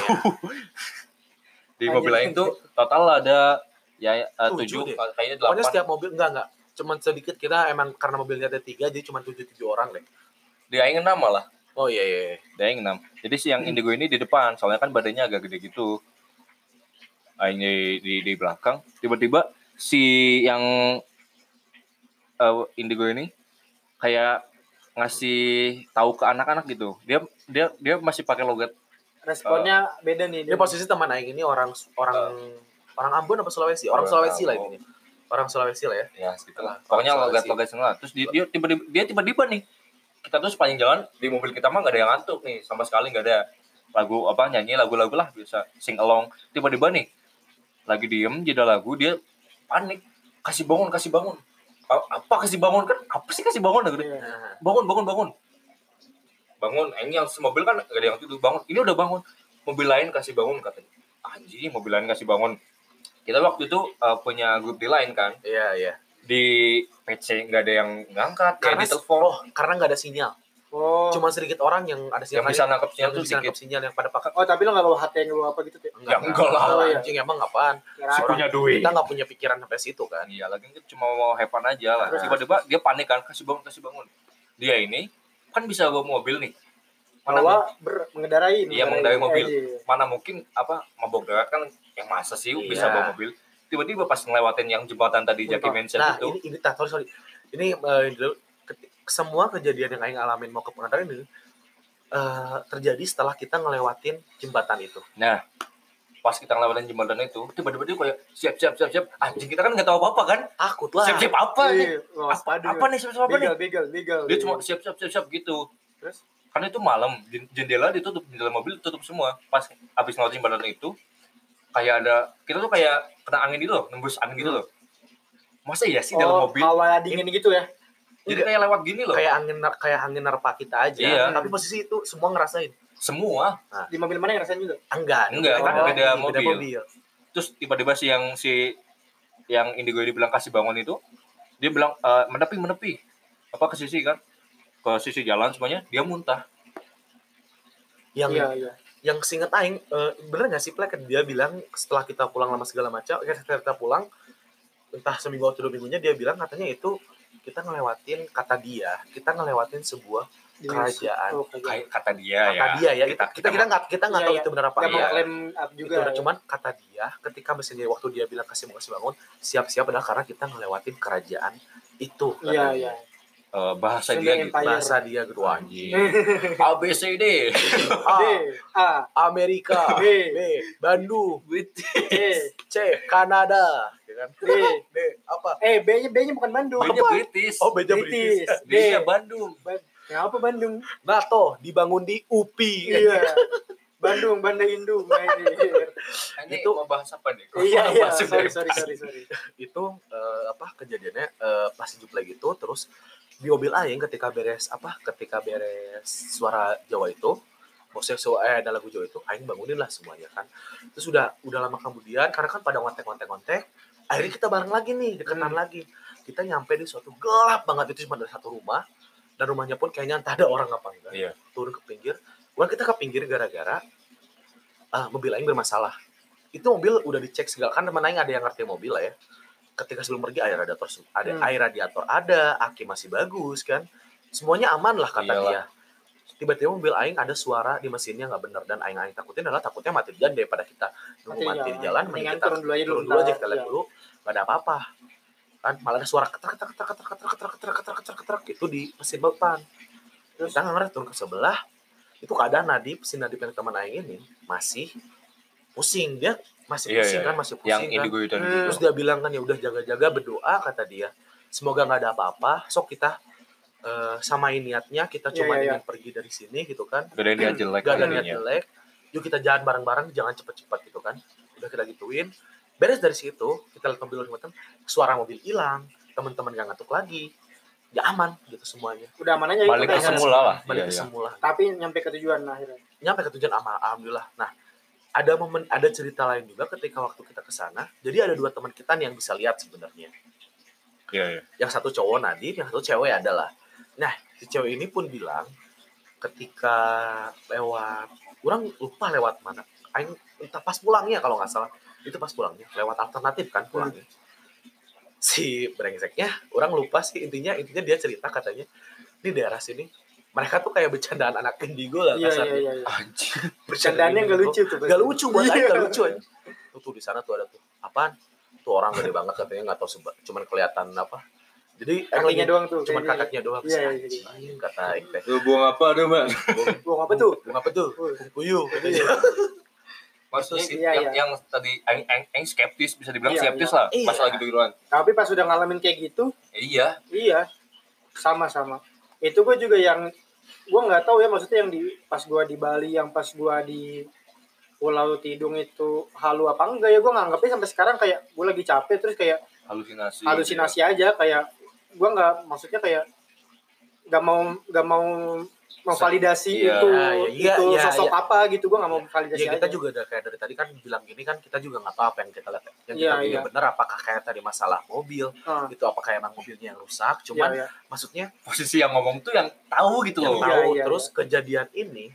S3: Di mobil lain tuh total ada 7 kayaknya 8.
S2: Pokoknya setiap mobil enggak. Cuman sedikit, kita emang karena mobilnya ada 3 jadi cuma 7 orang deh.
S3: Di aing 6 malah.
S2: Oh iya.
S3: Di aing 6. Jadi si yang Indigo ini di depan, soalnya kan badannya agak gede gitu. Aing di belakang, tiba-tiba si yang Indigo ini kayak ngasih tahu ke anak-anak gitu. Dia masih pakai logat.
S1: Responnya beda nih.
S2: Dia posisi teman aing ini orang Ambon apa Sulawesi? Orang Sulawesi lah ini. Orang Sulawesi lah ya.
S3: Ya, segitulah. Pokoknya logat-logat semua. Terus dia tiba-tiba nih. Kita tuh sepanjang jalan di mobil kita mah enggak ada yang ngantuk nih, sama sekali enggak ada. Nyanyi lagu-lagu lah biasa sing along. Tiba-tiba nih lagi diem jeda lagu, dia panik. Kasih bangun. Apa kasih bangun kan? Apa sih kasih bangun gitu. Bangun, ini yang mobil kan gak ada yang tidur, bangun. Ini udah bangun. Mobil lain kasih bangun katanya. Anjing, mobil lain kasih bangun. Kita waktu itu punya grup di lain kan.
S2: Iya.
S3: Di PC gak ada yang ngangkat,
S2: karena
S3: di telepon.
S2: Karena gak ada sinyal. Cuma sedikit orang yang ada sinyal.
S3: Yang bisa nangkep sinyal tuh
S2: sedikit. Sinyal yang pada pakai.
S1: Oh, tapi lo gak bawa HT yang bawa apa gitu tuh?
S2: Enggak lah. Anjing emang apaan?
S3: Punya duit.
S2: Kita gak punya pikiran sampai situ kan.
S3: Iya, lagi cuma mau have fun aja lah. Tiba-tiba dia panik kan, kasih bangun. Dia ini kan bisa bawa mobil nih.
S1: Mengendarai
S3: mobil. Mana mungkin mabok darat kan yang masa sih bisa bawa mobil. Tiba-tiba pas ngelewatin yang jembatan tadi Jaki mention itu.
S2: Sorry. Ini semua kejadian yang aing alamin mau ke Pangandaran ini terjadi setelah kita ngelewatin jembatan itu.
S3: Nah, pas kita ngelewatin jembatan itu, tiba-tiba dia kayak siap. Anjing, kita kan nggak tahu apa-apa kan?
S2: Takut lah.
S3: Siap apa nih? Apa nih siap apa nih?
S1: Begal.
S3: Dia cuma siap gitu.
S1: Terus?
S3: Karena itu malam, jendela mobil ditutup semua. Pas habis ngelewatin jembatan itu, kayak ada, kita tuh kayak kena angin gitu loh, nembus angin gitu loh. Masa iya sih dalam mobil?
S1: Hawa dingin gitu ya?
S3: Jadi kayak lewat gini loh.
S2: Kayak angin nerpa kita aja.
S3: Iya.
S2: Tapi posisi itu semua ngerasain.
S3: Semua.
S1: Nah. Di mobil mana yang ngerasain juga?
S3: Enggak, kan beda mobil. Terus tiba-tiba yang Indigo ini bilang kasih bangun itu, dia bilang menepi. Ke sisi kan? Ke sisi jalan semuanya, dia muntah.
S2: Yang seinget aing, bener nggak sih Plek? Dia bilang setelah kita pulang lama segala macam, kita pulang, entah seminggu atau 2 minggunya dia bilang katanya itu kita ngelewatin sebuah kerajaan.
S3: Kata dia ya.
S2: Kita nggak tahu itu benar apa
S1: enggak. Klaim juga.
S2: Itu cuman kata dia ketika mesinnya waktu dia bilang kasih bangun, siap-siap adalah karena kita ngelewatin kerajaan itu.
S1: Iya.
S3: Bahasa
S2: dia gitu anjing.
S3: A B C D.
S1: A
S2: Amerika, B Bandung, C Kanada, kan? D apa?
S1: B-nya bukan Bandung.
S3: B-nya British.
S2: Oh, B-nya British.
S3: D-nya Bandung.
S1: Kenapa Bandung?
S2: NATO dibangun di UPI.
S1: Iya. Bandung, Banda Indu.
S3: Ini itu mau bahas apa nih?
S1: Iya. Sorry.
S2: Itu kejadiannya pas juplek gitu, terus di mobil aing ketika beres suara Jawa itu, ada lagu Jawa itu, aing bangunin lah semuanya kan. Terus udah lama kemudian karena kan pada ngontek, akhirnya kita bareng lagi nih, deketan lagi. Kita nyampe di suatu gelap banget, itu cuma ada satu rumah, dan rumahnya pun kayaknya entah ada orang apa enggak.
S3: Iya.
S2: Turun ke pinggir. Kita ke pinggir gara-gara mobil aing bermasalah. Itu mobil udah dicek segala, kan teman aing ada yang ngerti mobil lah ya. Ketika sebelum pergi air radiator ada, aki masih bagus kan. Semuanya aman lah kata dia. Tiba-tiba mobil aing ada suara di mesinnya nggak benar, dan aing takutnya mati di jalan daripada kita nunggu mati di jalan, mending kita turun dulu aja, kita lihat dulu nggak ada apa-apa kan. Malah ada suara ketek itu di mesin depan. Terus kita nggak turun ke sebelah, itu keadaan Nadib yang teman aing ini masih pusing, dia masih pusing
S3: yang
S2: kan.
S3: itu.
S2: Terus dia bilang kan, ya udah jaga-jaga, berdoa kata dia, semoga nggak ada apa-apa, sok kita samain niatnya, kita cuma ingin pergi dari sini gitu kan.
S3: Gak ada niat
S2: jelek, yuk kita jalan bareng-bareng, jangan cepet-cepet gitu kan. Udah kita gituin, beres dari situ kita lihat mobil suara mobil hilang, teman-teman gak ngantuk lagi, ya aman gitu semuanya.
S1: Udah aman aja.
S3: Balik ke semula.
S1: Tapi nyampe ke tujuan akhirnya.
S2: Alhamdulillah. Nah, ada cerita lain juga ketika waktu kita ke sana. Jadi ada 2 teman kita nih yang bisa lihat sebenarnya.
S3: Iya.
S2: Yang satu cowok Nadif, yang satu cewek adalah. Nah, si cewek ini pun bilang ketika lewat, orang lupa lewat mana. Entah pas pulangnya kalau nggak salah. Itu pas pulangnya, lewat alternatif kan pulangnya. Si brengseknya, orang lupa sih intinya dia cerita katanya di daerah sini mereka tuh kayak bercandaan anak indigo lah kasarnya.
S1: Iya.
S2: Anjir.
S1: Bercandaannya nggak lucu tuh.
S2: Nggak lucu buat saya, nggak lucu aja. Tuh di sana tuh ada tuh. Apaan? Tuh orang gede banget katanya, nggak tahu cuman kelihatan apa. Jadi
S1: kakinya doang tuh.
S2: Cuman kakaknya doang.
S1: Iya.
S2: Kata Ing teh.
S3: Buang apa tuh, Mbak?
S1: Buang apa tuh?
S2: Puyuh.
S3: Maksudnya yang tadi aing skeptis, bisa dibilang skeptis lah masalah gitu-gituan.
S1: Tapi pas udah ngalamin kayak gitu,
S3: iya.
S1: Sama. Itu gue juga yang gue nggak tahu ya, maksudnya yang pas gue di Bali, yang pas gue di Pulau Tidung itu halu apa enggak ya, gue nganggapnya sampai sekarang kayak gue lagi capek terus kayak halusinasi aja, kayak gue nggak, maksudnya kayak nggak mau memvalidasi itu sosok apa gitu, gue nggak mau validasi
S2: kita
S1: aja.
S2: juga udah kayak dari tadi kan bilang gini kan, kita juga nggak tahu apa yang kita lihat, yang kita bilang benar apakah kayak tadi masalah mobil itu apakah emang mobilnya yang rusak, cuman maksudnya
S3: posisi yang ngomong tuh yang tahu gitu loh.
S2: Terus kejadian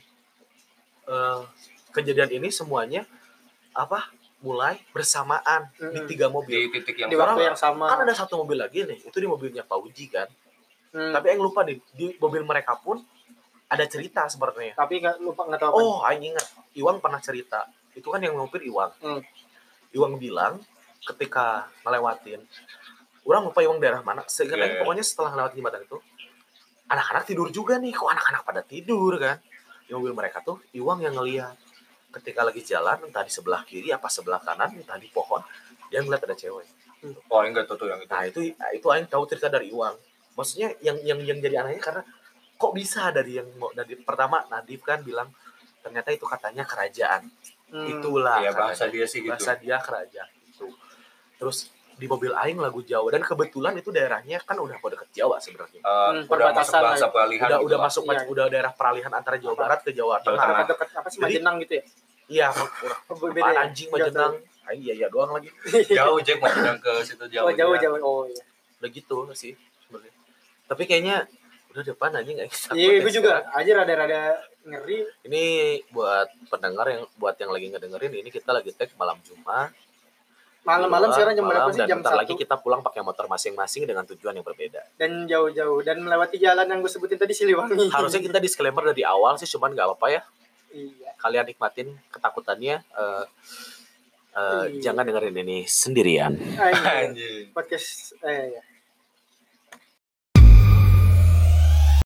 S2: ini semuanya mulai bersamaan di 3 mobil
S3: di titik yang
S1: di waktu yang sama.
S2: Kan ada satu mobil lagi nih, itu di mobilnya Pak Uji kan. Tapi yang lupa di mobil mereka pun ada cerita sebenarnya.
S1: Tapi nggak tahu.
S2: Oh, aing ingat. Iwang pernah cerita. Itu kan yang ngopir Iwang. Iwang bilang ketika ngelewatin, orang lupa Iwang daerah mana. Pokoknya setelah lewat jembatan itu, anak-anak tidur juga nih. Kok anak-anak pada tidur kan? Di mobil mereka tuh Iwang yang ngelihat. Ketika lagi jalan, entah di sebelah kiri apa sebelah kanan, entah di pohon, dia ngeliat ada cewek.
S3: Oh, enggak tahu tuh yang itu.
S2: Nah, itu aing tahu cerita dari Iwang. Maksudnya yang jadi anehnya karena kok bisa dari pertama Nadif kan bilang ternyata itu katanya kerajaan. Itulah
S3: ya, bahasa dia sih gitu.
S2: Bahasa dia kerajaan itu. Terus di mobil aing lagu Jawa, dan kebetulan itu daerahnya kan udah pada deket Jawa sebenarnya.
S3: Udah masuk bahasa peralihan.
S2: Udah masuk udah daerah peralihan antara Jawa Barat ke Jawa Tengah.
S1: Dekat apa sih, Majenang gitu ya?
S2: Iya, anjing Majenang. Iya doang lagi.
S3: Jauh Jack Majenang ke situ jauh.
S1: Jauh. Oh iya.
S2: Udah gitu sih sebenarnya. Tapi kayaknya udah depan aja nggak bisa.
S1: Iya, gue juga aja rada ngeri.
S2: Ini buat pendengar buat yang lagi ngedengerin, ini kita lagi tag malam Jumat.
S1: Malam-malam sekarang jam berapa sih?
S2: Jam 1. Lagi kita pulang pakai motor masing-masing dengan tujuan yang berbeda.
S1: Dan jauh-jauh dan melewati jalan yang gue sebutin tadi Siliwangi.
S2: Harusnya kita disclaimer dari awal sih, cuman nggak apa-apa ya.
S1: Iya.
S2: Kalian nikmatin ketakutannya. Jangan dengerin ini sendirian.
S1: Podcast. Ya.